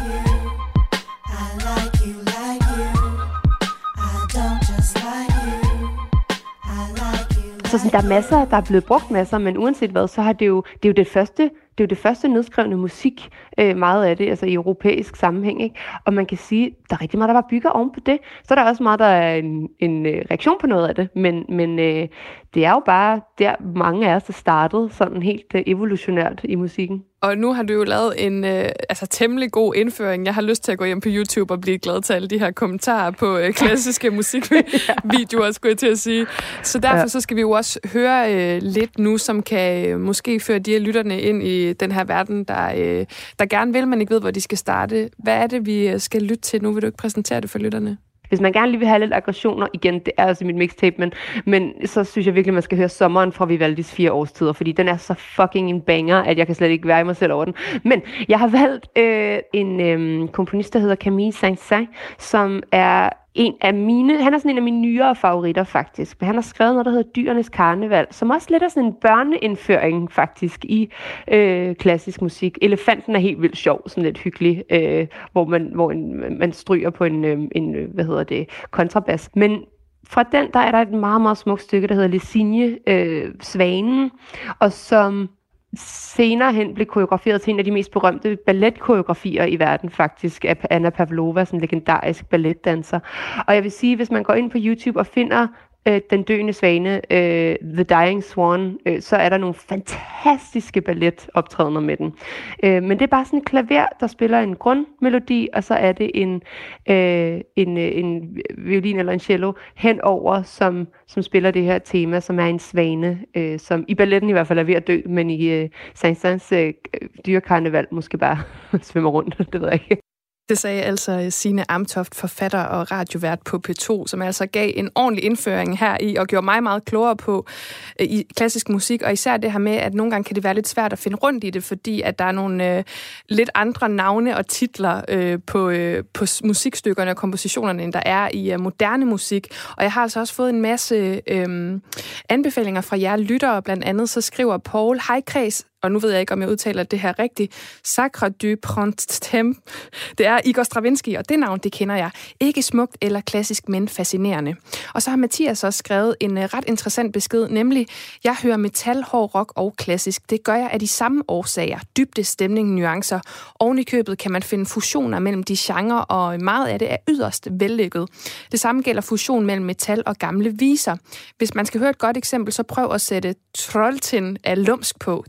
Så sådan, der er masser, der er blevet brugt masser, men uanset hvad, så har det jo det, er jo det første, det er jo det første nedskrevne musik, øh, meget af det, altså i europæisk sammenhæng, ikke? Og man kan sige, der er rigtig meget, der bare bygger oven på det. Så er der også meget, der er en, en øh, reaktion på noget af det, men, men øh, det er jo bare der mange af os, der startede sådan helt øh, evolutionært i musikken. Og nu har du jo lavet en øh, altså temmelig god indføring. Jeg har lyst til at gå hjem på YouTube og blive glad til alle de her kommentarer på øh, klassiske musikvideoer, skulle jeg til at sige. Så derfor ja. så skal vi jo også høre øh, lidt nu, som kan øh, måske føre de her lytterne ind i den her verden, der, øh, der gerne vil, men ikke ved, hvor de skal starte. Hvad er det, vi skal lytte til nu? Vil du ikke præsentere det for lytterne? Hvis man gerne lige vil have lidt aggressioner, igen, det er også mit mixtape, men, men så synes jeg virkelig, man skal høre Sommeren fra Vivaldis Fire Årstider, fordi den er så fucking en banger, at jeg kan slet ikke være i mig selv over den. Men jeg har valgt øh, en øh, komponist, der hedder Camille Saint-Saëns, som er en af mine, han er sådan en af mine nyere favoritter faktisk. Han har skrevet noget, der hedder Dyrenes Karneval, som også lidt er sådan en børneindføring faktisk i øh, klassisk musik. Elefanten er helt vildt sjov, sådan lidt hyggelig, øh, hvor man hvor en, man stryger på en, øh, en hvad hedder det, kontrabas. Men fra den, der er der et meget, meget smukt stykke, der hedder Les Cygnes, øh, Svanen, og som senere hen blev koreograferet til en af de mest berømte balletkoreografier i verden faktisk, af Anna Pavlova, sådan en legendarisk balletdanser. Og jeg vil sige, hvis man går ind på YouTube og finder øh, Den Døende Svane, øh, The Dying Swan, øh, så er der nogle fantastiske balletoptrædener med den. Øh, men det er bare sådan et klaver, der spiller en grundmelodi, og så er det en, øh, en, en violin eller en cello henover, som, som spiller det her tema, som er en svane, øh, som i balletten i hvert fald er ved at dø, men i øh, Saint-Saëns øh, dyrekarneval måske bare svømmer rundt, det ved jeg ikke. Det sagde altså Signe Amtoft, forfatter og radiovært på P to, som altså gav en ordentlig indføring her i og gjorde mig meget klogere på øh, i klassisk musik, og især det her med, at nogle gange kan det være lidt svært at finde rundt i det, fordi at der er nogle øh, lidt andre navne og titler øh, på, øh, på musikstykkerne og kompositionerne, end der er i øh, moderne musik. Og jeg har altså også fået en masse øh, anbefalinger fra jer lyttere, blandt andet så skriver Paul, hej Kreds, og nu ved jeg ikke, om jeg udtaler det her rigtigt, Sacre du Printemps. Det er Igor Stravinsky, og det navn, det kender jeg. Ikke smukt eller klassisk, men fascinerende. Og så har Mathias også skrevet en ret interessant besked, nemlig, jeg hører metal, hård rock og klassisk. Det gør jeg af de samme årsager. Dybde, stemning, nuancer. Oven i købet kan man finde fusioner mellem de genrer, og meget af det er yderst vellykket. Det samme gælder fusion mellem metal og gamle viser. Hvis man skal høre et godt eksempel, så prøv at sætte Trolltin af Lumsk på. Det er alle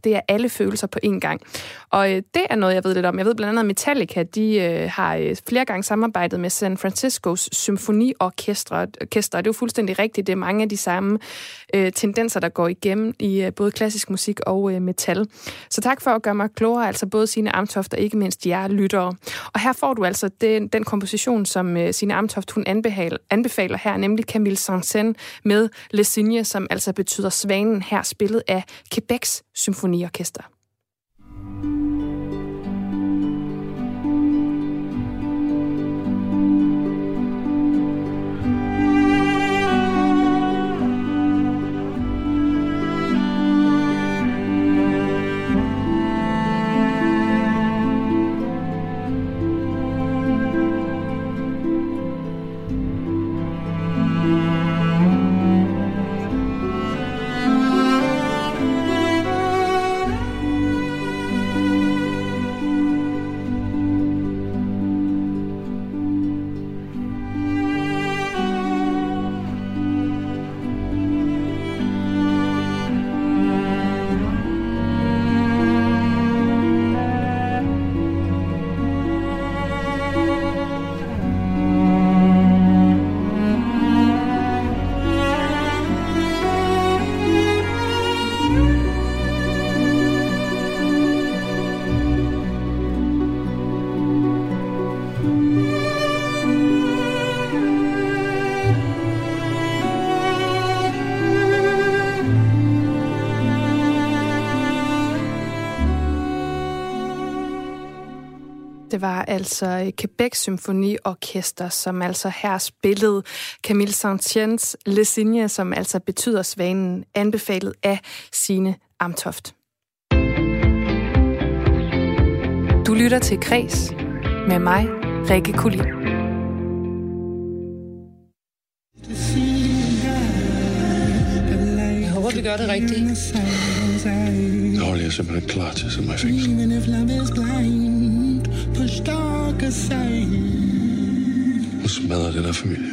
alle følelser på én gang. Og øh, det er noget, jeg ved lidt om. Jeg ved blandt andet, at Metallica, de øh, har øh, flere gange samarbejdet med San Franciscos symfoniorkestre. Orkestre. Det er jo fuldstændig rigtigt. Det er mange af de samme øh, tendenser, der går igennem i øh, både klassisk musik og øh, metal. Så tak for at gøre mig klogere, altså både Signe Amtoft og ikke mindst jer lyttere. Og her får du altså den, den komposition, som øh, Signe Amtoft hun anbefaler, anbefaler her, nemlig Camille Saint-Saëns med Le Cygne, som altså betyder svanen, her spillet af Quebecs symfoniorkester. Det var altså Quebecs Symfoniorkester, som altså her spillede Camille Saint-Saëns Le Cygne, som altså betyder svanen, anbefalet af Signe Amtoft. Du lytter til Kres med mig, Rikke Kulin. Jeg håber, vi gør det rigtigt. Det holder jeg simpelthen ikke klar til at sætte mig i fængsel. Nu smadrer det der familie.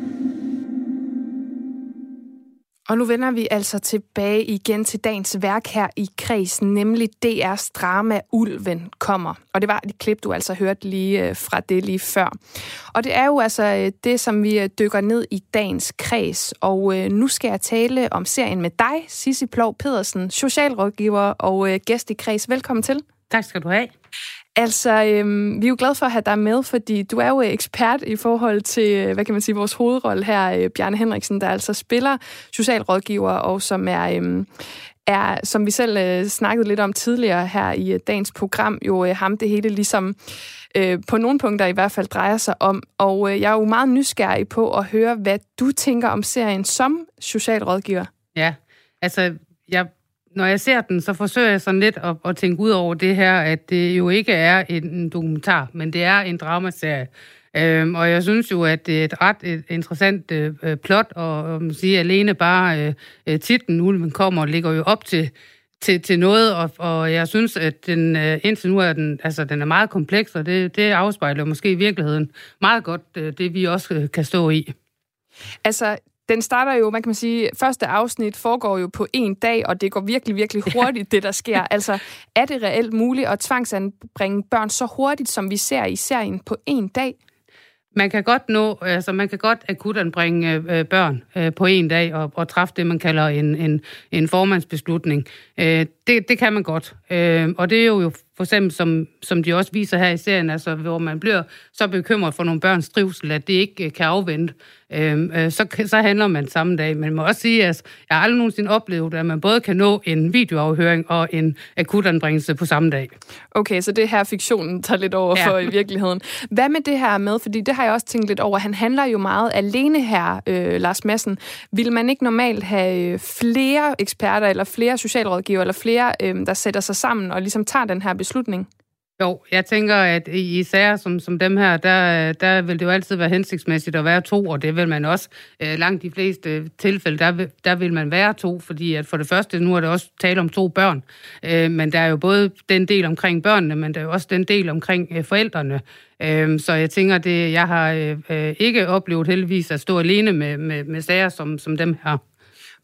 Og nu vender vi altså tilbage igen til dagens værk her i Kredsen, nemlig D R's drama Ulven kommer. Og det var et klip, du altså hørte lige fra det lige før. Og det er jo altså det, som vi dykker ned i dagens kreds. Og nu skal jeg tale om serien med dig, Sissi Ploug Pedersen, socialrådgiver og gæst i Kreds. Velkommen til. Tak skal du have. Altså, øhm, vi er jo glade for at have dig med, fordi du er jo ekspert i forhold til, hvad kan man sige, vores hovedrolle her, Bjarne Henriksen, der altså spiller socialrådgiver, og som er, øhm, er som vi selv øh, snakkede lidt om tidligere her i øh, dagens program, jo øh, ham det hele ligesom øh, på nogle punkter i hvert fald drejer sig om. Og øh, jeg er jo meget nysgerrig på at høre, hvad du tænker om serien som socialrådgiver. Ja, altså, jeg... Når jeg ser den, så forsøger jeg sådan lidt at, at tænke ud over det her, at det jo ikke er en dokumentar, men det er en dramaserie. Øhm, og jeg synes jo, at det er et ret et interessant øh, plot, og, og man siger, alene bare øh, titlen Ulven kommer ligger jo op til, til, til noget, og, og jeg synes, at den øh, indtil nu er den, altså, den er meget kompleks, og det, det afspejler måske i virkeligheden meget godt øh, det, vi også øh, kan stå i. Altså, den starter jo, man kan man sige, første afsnit foregår jo på en dag, og det går virkelig, virkelig hurtigt, det der sker. Altså, er det reelt muligt at tvangsanbringe børn så hurtigt, som vi ser i serien på en dag? Man kan godt nå, altså man kan godt akutanbringe øh, børn øh, på en dag og, og træffe det, man kalder en, en, en formandsbeslutning. Øh, det, det kan man godt. Øh, og det er jo for eksempel, som, som de også viser her i serien, altså hvor man bliver så bekymret for nogle børns trivsel, at det ikke kan afvente. Øh, så, så handler man samme dag. Men man må også sige, at jeg har aldrig nogensinde oplevet, at man både kan nå en videoafhøring og en akutanbringelse på samme dag. Okay, så det her fiktionen tager lidt over for ja. I virkeligheden. Hvad med det her med, fordi det har jeg også tænkt lidt over, han handler jo meget alene her, øh, Lars Madsen. Vil man ikke normalt have flere eksperter, eller flere socialrådgiver, eller flere, øh, der sætter sig sammen og ligesom tager den her beslutning? Jo, jeg tænker, at i sager som, som dem her, der, der vil det jo altid være hensigtsmæssigt at være to, og det vil man også øh, langt de fleste tilfælde, der vil, der vil man være to, fordi at for det første, nu er det også tale om to børn, øh, men der er jo både den del omkring børnene, men der er jo også den del omkring øh, forældrene. Øh, så jeg tænker, det jeg har øh, ikke oplevet heldigvis at stå alene med, med, med sager som, som dem her.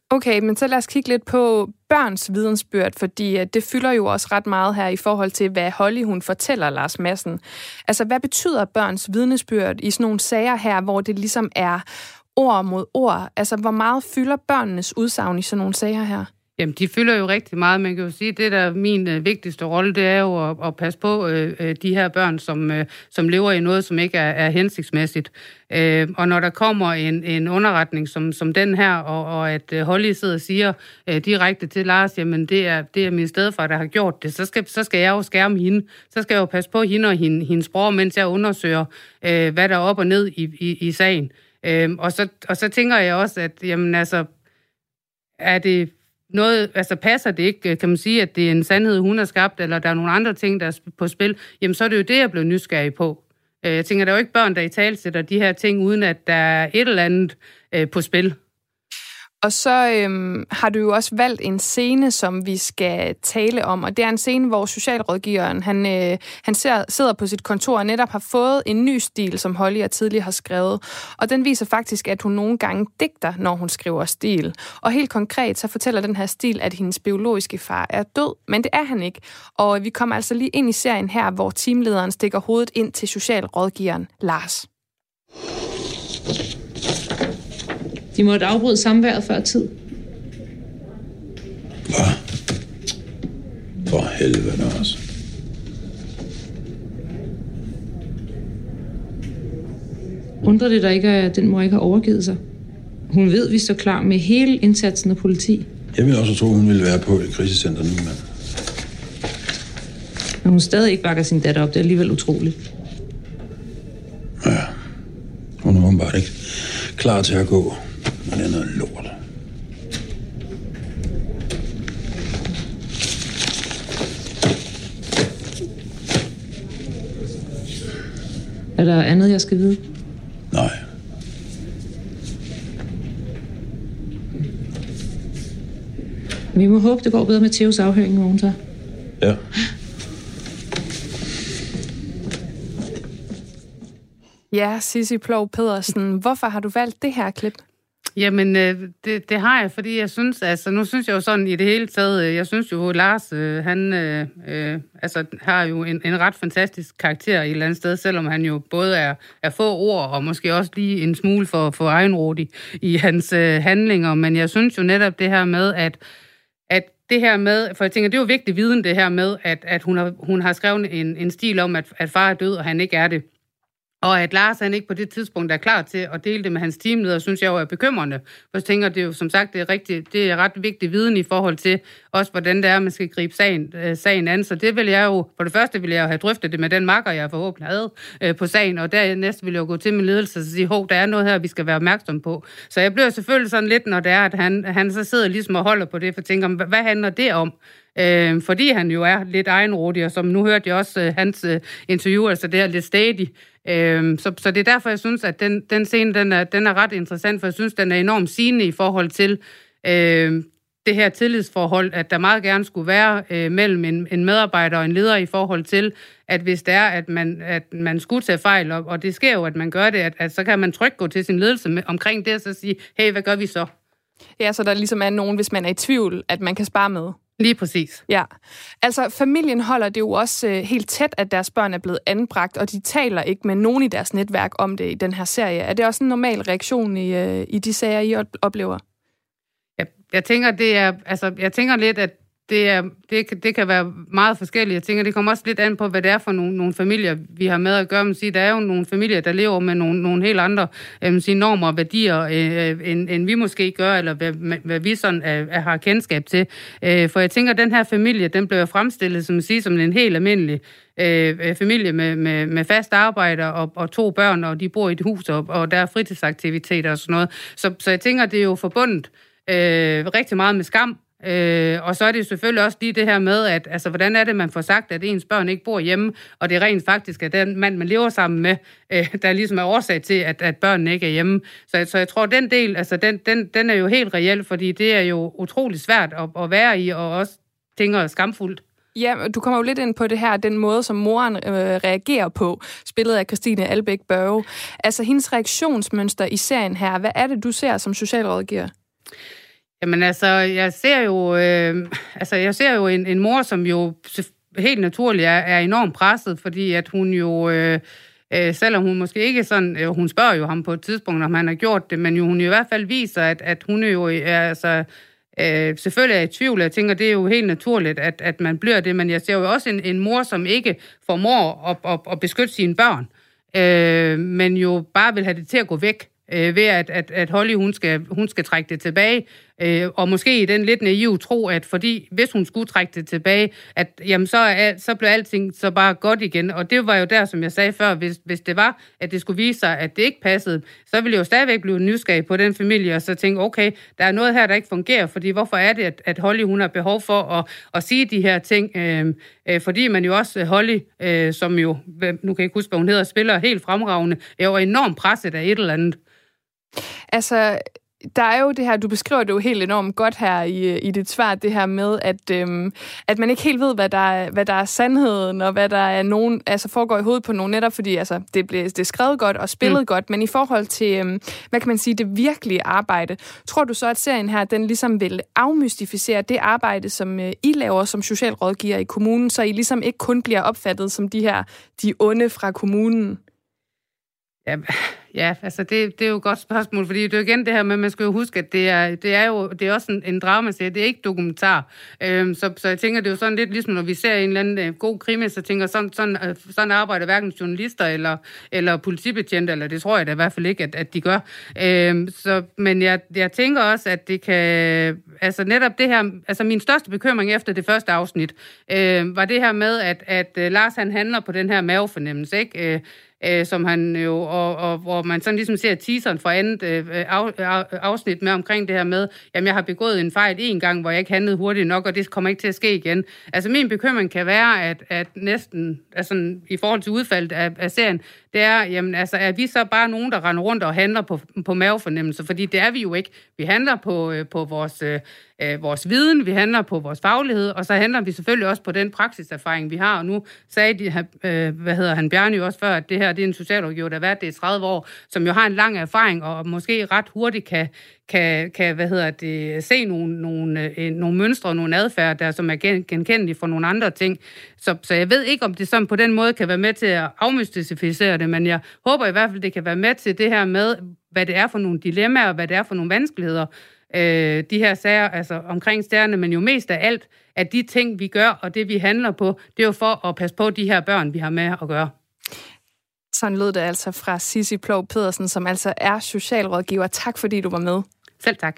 Okay, men så lad os kigge lidt på børns vidensbyrd, fordi det fylder jo også ret meget her i forhold til, hvad Holly hun fortæller Lars Madsen. Altså, hvad betyder børns vidnesbyrd i sådan nogle sager her, hvor det ligesom er ord mod ord? Altså, hvor meget fylder børnenes udsagn i sådan nogle sager her? Jamen, de fylder jo rigtig meget. Man kan jo sige, at det, der er min øh, vigtigste rolle, det er jo at, at passe på øh, de her børn, som, øh, som lever i noget, som ikke er, er hensigtsmæssigt. Øh, og når der kommer en, en underretning som, som den her, og, og at øh, Holly sidder og siger øh, direkte til Lars, jamen det er, det er min stedfar, der har gjort det, så skal, så skal jeg jo skærme hende. Så skal jeg jo passe på hende og hende, hendes bror, mens jeg undersøger, øh, hvad der er op og ned i, i, i sagen. Øh, og, så, og så tænker jeg også, at jamen altså, er det noget, altså passer det ikke, kan man sige, at det er en sandhed, hun har skabt, eller der er nogle andre ting, der er på spil, jamen så er det jo det, jeg blev nysgerrig på. Jeg tænker, der er jo ikke børn, der i tale sætter de her ting, uden at der er et eller andet øh, på spil. Og så øhm, har du jo også valgt en scene, som vi skal tale om, og det er en scene, hvor socialrådgiveren, han, øh, han ser, sidder på sit kontor og netop har fået en ny stil, som Holly tidligere har skrevet. Og den viser faktisk, at hun nogle gange digter, når hun skriver stil. Og helt konkret, så fortæller den her stil, at hendes biologiske far er død, men det er han ikke. Og vi kommer altså lige ind i serien her, hvor teamlederen stikker hovedet ind til socialrådgiveren Lars. De måtte afbryde samværet før tid. Hvad? For helvede også. Undrer det dig ikke, at den mor ikke har overgivet sig? Hun ved, at vi står klar med hele indsatsen af politi. Jeg ville også tro, hun ville være på et krisecenter nu, men... Men hun stadig ikke bakker sin datter op, det er alligevel utroligt. Ja, hun er åbenbart ikke klar til at gå. Men det er noget lort. Er der andet, jeg skal vide? Nej. Vi må håbe, det går bedre med Theos afhøring, hvor hun tager. Ja. Ja, Sissi Ploug Pedersen, hvorfor har du valgt det her klip? Jamen, øh, det, det har jeg, fordi jeg synes, altså, nu synes jeg jo sådan i det hele taget, øh, jeg synes jo, Lars, øh, han øh, øh, altså, har jo en, en ret fantastisk karakter i et eller andet sted, selvom han jo både er, er få ord, og måske også lige en smule for, for egenrådig i hans øh, handlinger, men jeg synes jo netop det her med, at, at det her med, for jeg tænker, det er jo vigtig viden, det her med, at, at hun, har, hun har skrevet en, en stil om, at, at far er død, og han ikke er det. Og at Lars han ikke på det tidspunkt er klar til at dele det med hans teamleder, synes jeg jo er bekymrende. For jeg tænker, det er jo som sagt det er, rigtig, det er ret vigtig viden i forhold til også, hvordan det er, man skal gribe sagen, øh, sagen an. Så det vil jeg jo, for det første vil jeg jo have drøftet det med den makker, jeg forhåbentlig havde øh, på sagen, og dernæst vil jeg jo gå til min ledelse og sige, hov, der er noget her, vi skal være opmærksom på. Så jeg bliver selvfølgelig sådan lidt, når det er, at han, han så sidder ligesom og holder på det, for jeg tænker, hvad handler det om? Øh, fordi han jo er lidt egenrådig, og som nu hørte jeg også øh, hans øh, interview, altså det er lidt stedig. Øh, så, så det er derfor, jeg synes, at den, den scene, den er, den er ret interessant, for jeg synes, den er enormt sigende i forhold til øh, det her tillidsforhold, at der meget gerne skulle være øh, mellem en, en medarbejder og en leder i forhold til, at hvis det er, at man, at man skulle tage fejl, og, og det sker jo, at man gør det, at, at så kan man trygt gå til sin ledelse med, omkring det, og så sige, hey, hvad gør vi så? Ja, så der ligesom er nogen, hvis man er i tvivl, at man kan spare med. Lige præcis. Ja. Altså, familien holder det jo også øh, helt tæt, at deres børn er blevet anbragt, og de taler ikke med nogen i deres netværk om det i den her serie. Er det også en normal reaktion i, øh, i de sager, I oplever? Jeg, jeg tænker, det er, altså, jeg tænker lidt, at det, er, det, det kan være meget forskelligt. Jeg tænker, det kommer også lidt an på, hvad det er for nogle, nogle familier, vi har med at gøre. Man siger, der er jo nogle familier, der lever med nogle, nogle helt andre øh, sige, normer og værdier, øh, end, end vi måske gør, eller hvad, hvad vi sådan øh, har kendskab til. Øh, for jeg tænker, at den her familie, den bliver fremstillet som, sige, som en helt almindelig øh, familie med, med, med fast arbejde og, og to børn, og de bor i et hus, og, og der er fritidsaktiviteter og sådan noget. Så, så jeg tænker, det er jo forbundet øh, rigtig meget med skam. Øh, og så er det jo selvfølgelig også lige det her med, at altså, hvordan er det, man får sagt, at ens børn ikke bor hjemme, og det er rent faktisk, at den mand, man lever sammen med, øh, der ligesom er årsag til, at, at børnene ikke er hjemme. Så, så jeg tror, at den del, altså, den, den, den er jo helt reel, fordi det er jo utrolig svært at, at være i, og også tænker skamfuldt. Ja, du kommer jo lidt ind på det her, den måde, som moren øh, reagerer på, spillet af Christine Albæk Børge. Altså, hendes reaktionsmønster i serien her, hvad er det, du ser som socialrådgiver? Jamen altså, jeg ser jo, øh, altså, jeg ser jo en, en mor, som jo helt naturligt er, er enormt presset, fordi at hun jo, øh, øh, selvom hun måske ikke sådan, øh, hun spørger jo ham på et tidspunkt, om han har gjort det, men jo, hun i hvert fald viser, at, at hun jo er, altså, øh, selvfølgelig er i tvivl. Jeg tænker, det er jo helt naturligt, at, at man bliver det, men jeg ser jo også en, en mor, som ikke formår at, at, at beskytte sine børn, øh, men jo bare vil have det til at gå væk. Øh, ved at, at, at Holly, hun skal, hun skal trække det tilbage, øh, og måske i den lidt naive tro, at fordi, hvis hun skulle trække det tilbage, at jamen, så, er, så bliver alting så bare godt igen, og det var jo der, som jeg sagde før, hvis, hvis det var, at det skulle vise sig, at det ikke passede, så ville jeg jo stadigvæk blive nysgerrig på den familie, og så tænke, okay, der er noget her, der ikke fungerer, fordi hvorfor er det, at, at Holly, hun har behov for at, at sige de her ting, øh, øh, fordi man jo også, Holly, øh, som jo, nu kan jeg ikke huske, hvad hun hedder, spiller helt fremragende, er jo enormt presset af et eller andet. Altså, der er jo det her, du beskriver det jo helt enormt godt her i, i dit svar, det her med, at, øhm, at man ikke helt ved, hvad der, er, hvad der er sandheden, og hvad der er nogen, altså foregår i hovedet på nogen, netop fordi altså, det, blev, det er skrevet godt og spillet mm. godt, men i forhold til, øhm, hvad kan man sige, det virkelige arbejde, tror du så, at serien her, den ligesom vil afmystificere det arbejde, som øh, I laver som socialrådgiver i kommunen, så I ligesom ikke kun bliver opfattet som de her, de onde fra kommunen? Ja, ja, altså det, det er jo et godt spørgsmål, fordi det er jo igen det her med, at man skal jo huske, at det er, det er jo det er også en, en dramaserie, det er ikke dokumentar. Øhm, så, så jeg tænker, det er jo sådan lidt ligesom, når vi ser en eller anden øh, god krimi, så tænker sådan, sådan, sådan arbejder hverken journalister eller, eller politibetjente, eller det tror jeg da i hvert fald ikke, at, at de gør. Øhm, så, men jeg, jeg tænker også, at det kan, altså netop det her, altså min største bekymring efter det første afsnit, øh, var det her med, at, at uh, Lars han handler på den her mavefornemmelse, ikke? Øh, Øh, som han jo, og, og hvor man sådan ligesom ser teaseren for andet øh, af, af, afsnit med omkring det her med, jamen jeg har begået en fejl en gang, hvor jeg ikke handlede hurtigt nok, og det kommer ikke til at ske igen. Altså min bekymring kan være, at, at næsten, altså i forhold til udfaldet af, af serien, det er, jamen altså er vi så bare nogen, der render rundt og handler på, på mavefornemmelse, fordi det er vi jo ikke. Vi handler på, på vores, øh, vores viden, vi handler på vores faglighed, og så handler vi selvfølgelig også på den praksiserfaring, vi har. Og nu sagde de, øh, hvad hedder han, Bjarne jo også før, at det her det er en socialrådgiver, der har været det i tredive år, som jo har en lang erfaring, og måske ret hurtigt kan, kan, kan hvad hedder det, se nogle, nogle, øh, nogle mønstre og nogle adfærd, der som er genkendelige for nogle andre ting. Så, så jeg ved ikke, om det sådan på den måde kan være med til at afmystificere det, men jeg håber i hvert fald, det kan være med til det her med, hvad det er for nogle dilemmaer, hvad det er for nogle vanskeligheder, øh, de her sager, altså omkring stjerne, men jo mest af alt, at de ting, vi gør, og det, vi handler på, det er jo for at passe på de her børn, vi har med at gøre. Sådan lød det altså fra Sissi Ploug Pedersen, som altså er socialrådgiver. Tak fordi du var med. Selv tak.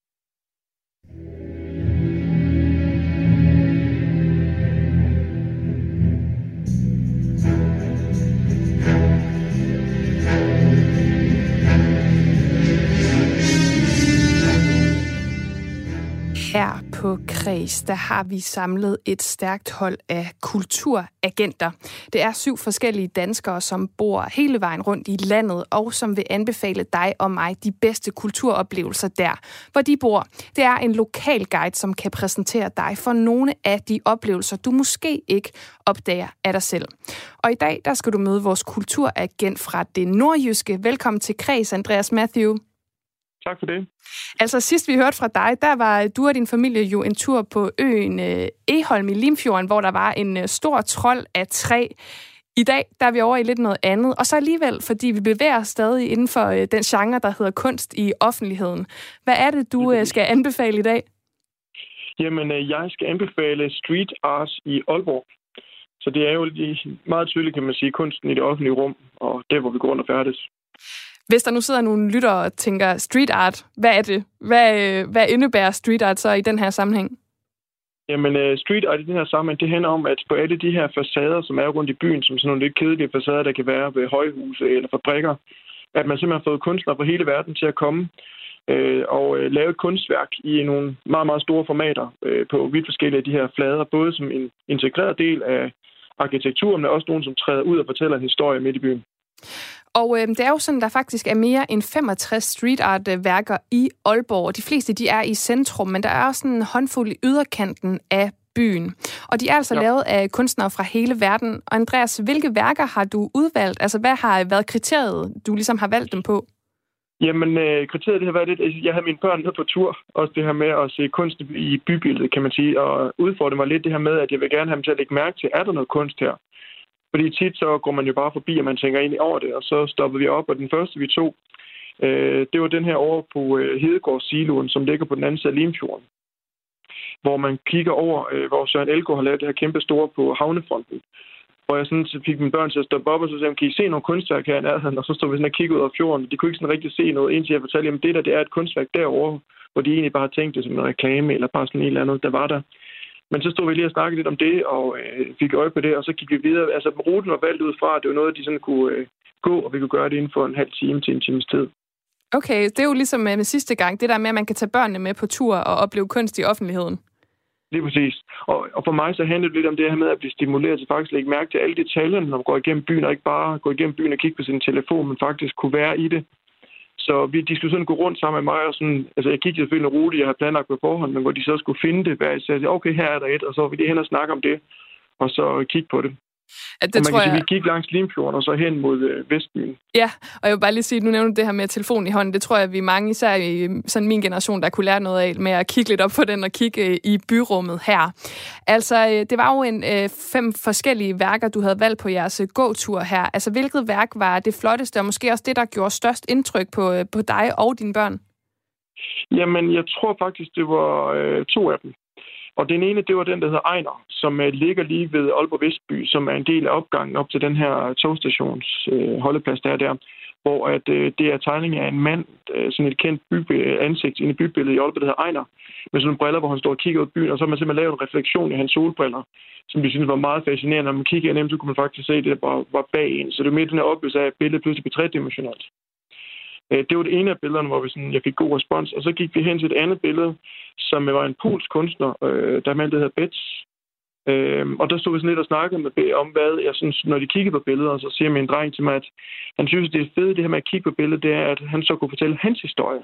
Her på Kreds, der har vi samlet et stærkt hold af kulturagenter. Det er syv forskellige danskere, som bor hele vejen rundt i landet, og som vil anbefale dig og mig de bedste kulturoplevelser der, hvor de bor. Det er en lokal guide, som kan præsentere dig for nogle af de oplevelser, du måske ikke opdager af dig selv. Og i dag, der skal du møde vores kulturagent fra det nordjyske. Velkommen til Kreds, Andreas Matthew. Tak for det. Altså sidst vi hørte fra dig, der var du og din familie jo en tur på øen Egholm i Limfjorden, hvor der var en stor trold af træ. I dag der er vi over i lidt noget andet, og så alligevel, fordi vi bevæger os stadig inden for den genre, der hedder kunst i offentligheden. Hvad er det, du skal anbefale i dag? Jamen, jeg skal anbefale street art i Aalborg. Så det er jo meget tydeligt, kan man sige, kunsten i det offentlige rum, og der, hvor vi går rundt og færdes. Hvis der nu sidder nogle lyttere og tænker, street art, hvad er det? Hvad, hvad indebærer street art så i den her sammenhæng? Jamen, street art i den her sammenhæng, det handler om, at på alle de her facader, som er rundt i byen, som sådan nogle lidt kedelige facader, der kan være ved højhuse eller fabrikker, at man simpelthen har fået kunstnere fra hele verden til at komme øh, og øh, lave et kunstværk i nogle meget, meget store formater øh, på vidt forskellige af de her flader, både som en integreret del af arkitekturen, men også nogen, som træder ud og fortæller en historie midt i byen. Og øh, det er jo sådan, der faktisk er mere end femogtres street art-værker i Aalborg. De fleste de er i centrum, men der er også en håndfuld i yderkanten af byen. Og de er altså ja. lavet af kunstnere fra hele verden. Og Andreas, hvilke værker har du udvalgt? Altså, hvad har været kriteriet, du ligesom har valgt dem på? Jamen, øh, kriteriet det har været lidt... Altså, jeg havde mine børn ned på tur. Også det her med at se kunst i bybilledet, kan man sige. Og udfordre mig lidt det her med, at jeg vil gerne have dem til at lægge mærke til, er der noget kunst her? Fordi tit så går man jo bare forbi, og man tænker egentlig over det. Og så stoppede vi op, og den første vi tog, øh, det var den her over på øh, Hedegaard Siloen, som ligger på den anden side af Limfjorden. Hvor man kigger over, øh, hvor Søren Elgaard har lavet det her kæmpe store på havnefronten. Hvor jeg sådan fik mine børn til at stoppe op, og så sagde, kan I se nogle kunstværk her i nærheden? Og så stod vi sådan og kiggede ud af fjorden. De kunne ikke sådan rigtig se noget, indtil jeg fortalte, at det der det er et kunstværk derovre, hvor de egentlig bare har tænkt det som en reklame, eller bare sådan et eller andet, der var der. Men så stod vi lige og snakkede lidt om det, og øh, fik øje på det, og så gik vi videre. Altså, ruten var valgt ud fra, at det var noget, de sådan kunne øh, gå, og vi kunne gøre det inden for en halv time til en times tid. Okay, det er jo ligesom med sidste gang, det der med, at man kan tage børnene med på tur og opleve kunst i offentligheden. Lige præcis. Og, og for mig så handler det lidt om det her med at blive stimuleret til faktisk at lægge mærke til alle detaljerne, når man går igennem byen, og ikke bare gå igennem byen og kigge på sin telefon, men faktisk kunne være i det. Så vi, de skulle sådan gå rundt sammen med mig, og sådan, altså jeg kiggede selvfølgelig en rute, jeg havde planlagt på forhånd, men hvor de så skulle finde det, hvad jeg okay, her er der et, og så var vi lige hen og snakke om det, og så kigge på det. At det og man tror kan sige, jeg... vi gik langs Limfjorden og så hen mod øh, Vestbyen. Ja, og jeg vil bare lige sige, nu nævner du det her med telefon i hånden, det tror jeg, vi er mange, især i sådan min generation, der kunne lære noget af med at kigge lidt op på den og kigge øh, i byrummet her. Altså, øh, det var jo en øh, fem forskellige værker, du havde valgt på jeres øh, gåtur her. Altså, hvilket værk var det flotteste, og måske også det, der gjorde størst indtryk på, øh, på dig og dine børn? Jamen, jeg tror faktisk, det var øh, to af dem. Og den ene, det var den, der hedder Ejner, som uh, ligger lige ved Aalborg Vestby, som er en del af opgangen op til den her togstations uh, holdeplads, der er der, hvor at, uh, det er tegning af en mand, uh, sådan et kendt by- ansigt inde i bybilledet i Aalborg, der hedder Ejner, med sådan nogle briller, hvor han står og kigger ud i byen, og så har man simpelthen lavet en refleksion i hans solbriller, som vi synes var meget fascinerende. Når man kigger ind, så kunne man faktisk se, at det bare var bag en. Så det var mere den her oplevelse af, at billedet pludselig blev tredimensionelt. Det var det ene af billederne, hvor vi sådan, jeg fik god respons. Og så gik vi hen til et andet billede, som var en polsk kunstner, øh, der er mand, der hedder Betz. Øh, og der stod vi sådan lidt og snakkede med om, hvad jeg synes, når de kiggede på billeder, så siger min dreng til mig, at han synes, det er fedt, det her med at kigge på billedet, det er, at han så kunne fortælle hans historie.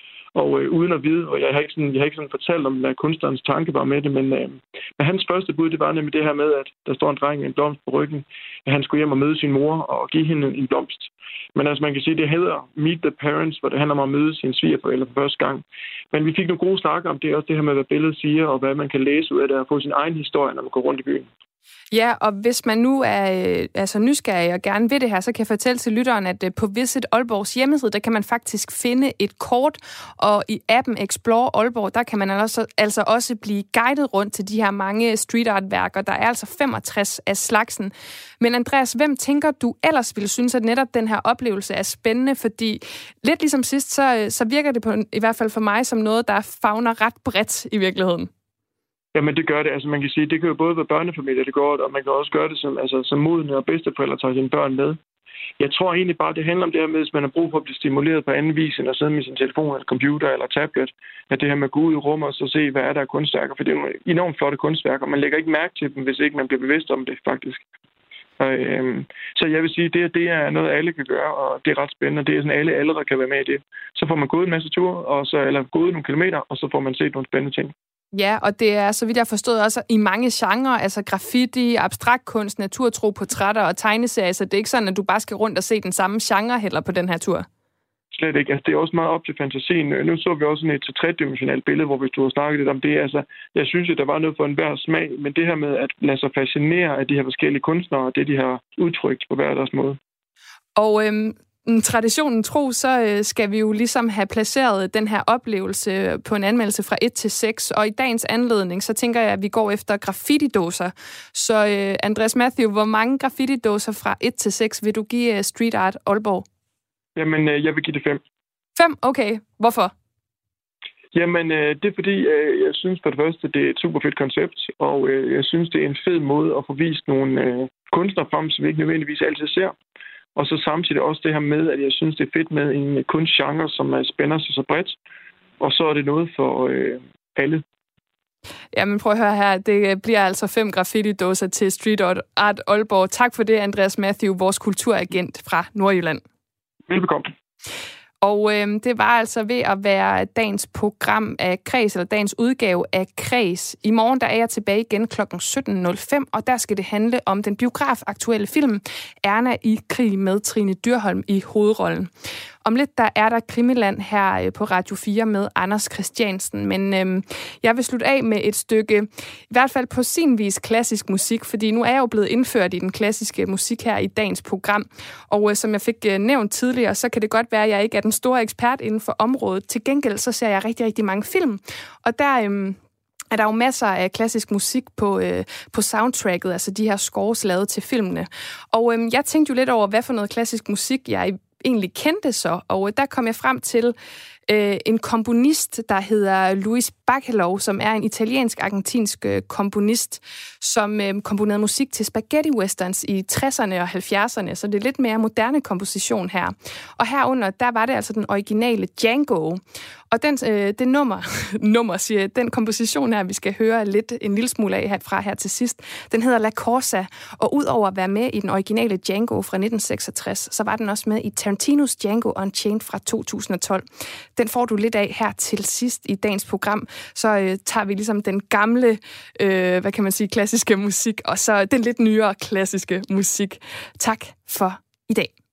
Og øh, uden at vide, og jeg har ikke sådan, jeg har ikke sådan fortalt om, hvad kunstnerens tanke var med det, men, øh, men hans første bud, det var nemlig det her med, at der står en dreng med en blomst på ryggen, at han skulle hjem og møde sin mor og give hende en blomst. Men altså man kan sige, det hedder Meet the Parents, hvor det handler om at møde sine svigerforældre for første gang. Men vi fik nogle gode snakker om det, også det her med, hvad billedet siger, og hvad man kan læse ud af det, og få sin egen historie, når man går rundt i byen. Ja, og hvis man nu er øh, altså nysgerrig og gerne vil det her, så kan jeg fortælle til lytteren, at øh, på Visit Aalborgs hjemmeside, der kan man faktisk finde et kort, og i appen Explore Aalborg, der kan man altså, altså også blive guidet rundt til de her mange street art værker. Der er altså femogtres af slagsen. Men Andreas, hvem tænker du ellers ville synes, at netop den her oplevelse er spændende? Fordi lidt ligesom sidst, så, så virker det på, i hvert fald for mig som noget, der favner ret bredt i virkeligheden. Jamen det gør det. Altså man kan sige, det kan jo både være børnefamilier, det går, og man kan også gøre det som, altså, som modne og bedsteforældre tager sine børn med. Jeg tror egentlig bare, det handler om det her med, hvis man har brug for at blive stimuleret på anden vis, end at sidde med sin telefon eller computer eller tablet, at det her med at gå ud i rum og så se, hvad er der af kunstværker, for det er jo enormt flotte kunstværker, man lægger ikke mærke til dem, hvis ikke man bliver bevidst om det faktisk. Og, øhm, så jeg vil sige, det, det er noget, alle kan gøre, og det er ret spændende, det er sådan, alle aldre kan være med i det. Så får man gået en masse ture, og så, eller gået nogle kilometer, og så får man set nogle spændende ting. Ja, og det er, så vidt jeg forstod, også i mange genrer, altså graffiti, abstrakt kunst, naturtro, portrætter og tegneserier, så det er ikke sådan, at du bare skal rundt og se den samme genre heller på den her tur. Slet ikke. Altså, det er også meget op til fantasien. Nu så vi også sådan et tredimensionalt billede, hvor vi stod og snakkede lidt om det. Altså, jeg synes, at der var noget for enhver smag, men det her med at lade sig fascinere af de her forskellige kunstnere, det de har udtrykt på hver deres måde. Og øhm traditionen tro, så skal vi jo ligesom have placeret den her oplevelse på en anmeldelse fra et til seks, og i dagens anledning, så tænker jeg, at vi går efter graffiti-dåser. Så uh, Andreas Matthew, hvor mange graffiti-dåser fra et til seks vil du give uh, Street Art Aalborg? Jamen, uh, jeg vil give det fem. fem? Okay. Hvorfor? Jamen, uh, det er fordi, uh, jeg synes for det første, det er et super fedt koncept, og uh, jeg synes, det er en fed måde at få vist nogle uh, kunstnere frem, som vi ikke nødvendigvis altid ser. Og så samtidig også det her med, at jeg synes, det er fedt med en kunstgenre, som spænder sig så bredt. Og så er det noget for øh, alle. Jamen prøv at høre her, det bliver altså fem graffiti-dåser til Street Art Aalborg. Tak for det, Andreas Matthew, vores kulturagent fra Nordjylland. Velbekomme. Og øh, det var altså ved at være dagens program af Kreds, eller dagens udgave af Kreds. I morgen der er jeg tilbage igen klokken sytten nul fem, og der skal det handle om den biografaktuelle film Erna i krig med Trine Dyrholm i hovedrollen. Om lidt der er der Krimiland her på Radio fire med Anders Christiansen, men øhm, jeg vil slutte af med et stykke, i hvert fald på sin vis klassisk musik, fordi nu er jeg jo blevet indført i den klassiske musik her i dagens program, og øh, som jeg fik øh, nævnt tidligere, så kan det godt være, at jeg ikke er den store ekspert inden for området. Til gengæld så ser jeg rigtig, rigtig mange film, og der øhm, er der jo masser af klassisk musik på, øh, på soundtracket, altså de her scores lavet til filmene. Og øh, jeg tænkte jo lidt over, hvad for noget klassisk musik jeg egentlig kendte så, og øh, der kom jeg frem til øh, en komponist, der hedder Luis Bacalov, som er en italiensk-argentinsk øh, komponist, som øh, komponerede musik til spaghetti westerns i tresserne og halvfjerdserne, så det er lidt mere moderne komposition her. Og herunder, der var det altså den originale Django. Og den, øh, det nummer, nummer siger, den komposition her, vi skal høre lidt en lille smule af herfra her til sidst, den hedder La Corsa, og udover at være med i den originale Django fra nitten seksogtres, så var den også med i Tarantinos Django Unchained fra to tusind og tolv. Den får du lidt af her til sidst i dagens program, så øh, tager vi ligesom den gamle, øh, hvad kan man sige, klassiske musik, og så den lidt nyere klassiske musik. Tak for i dag.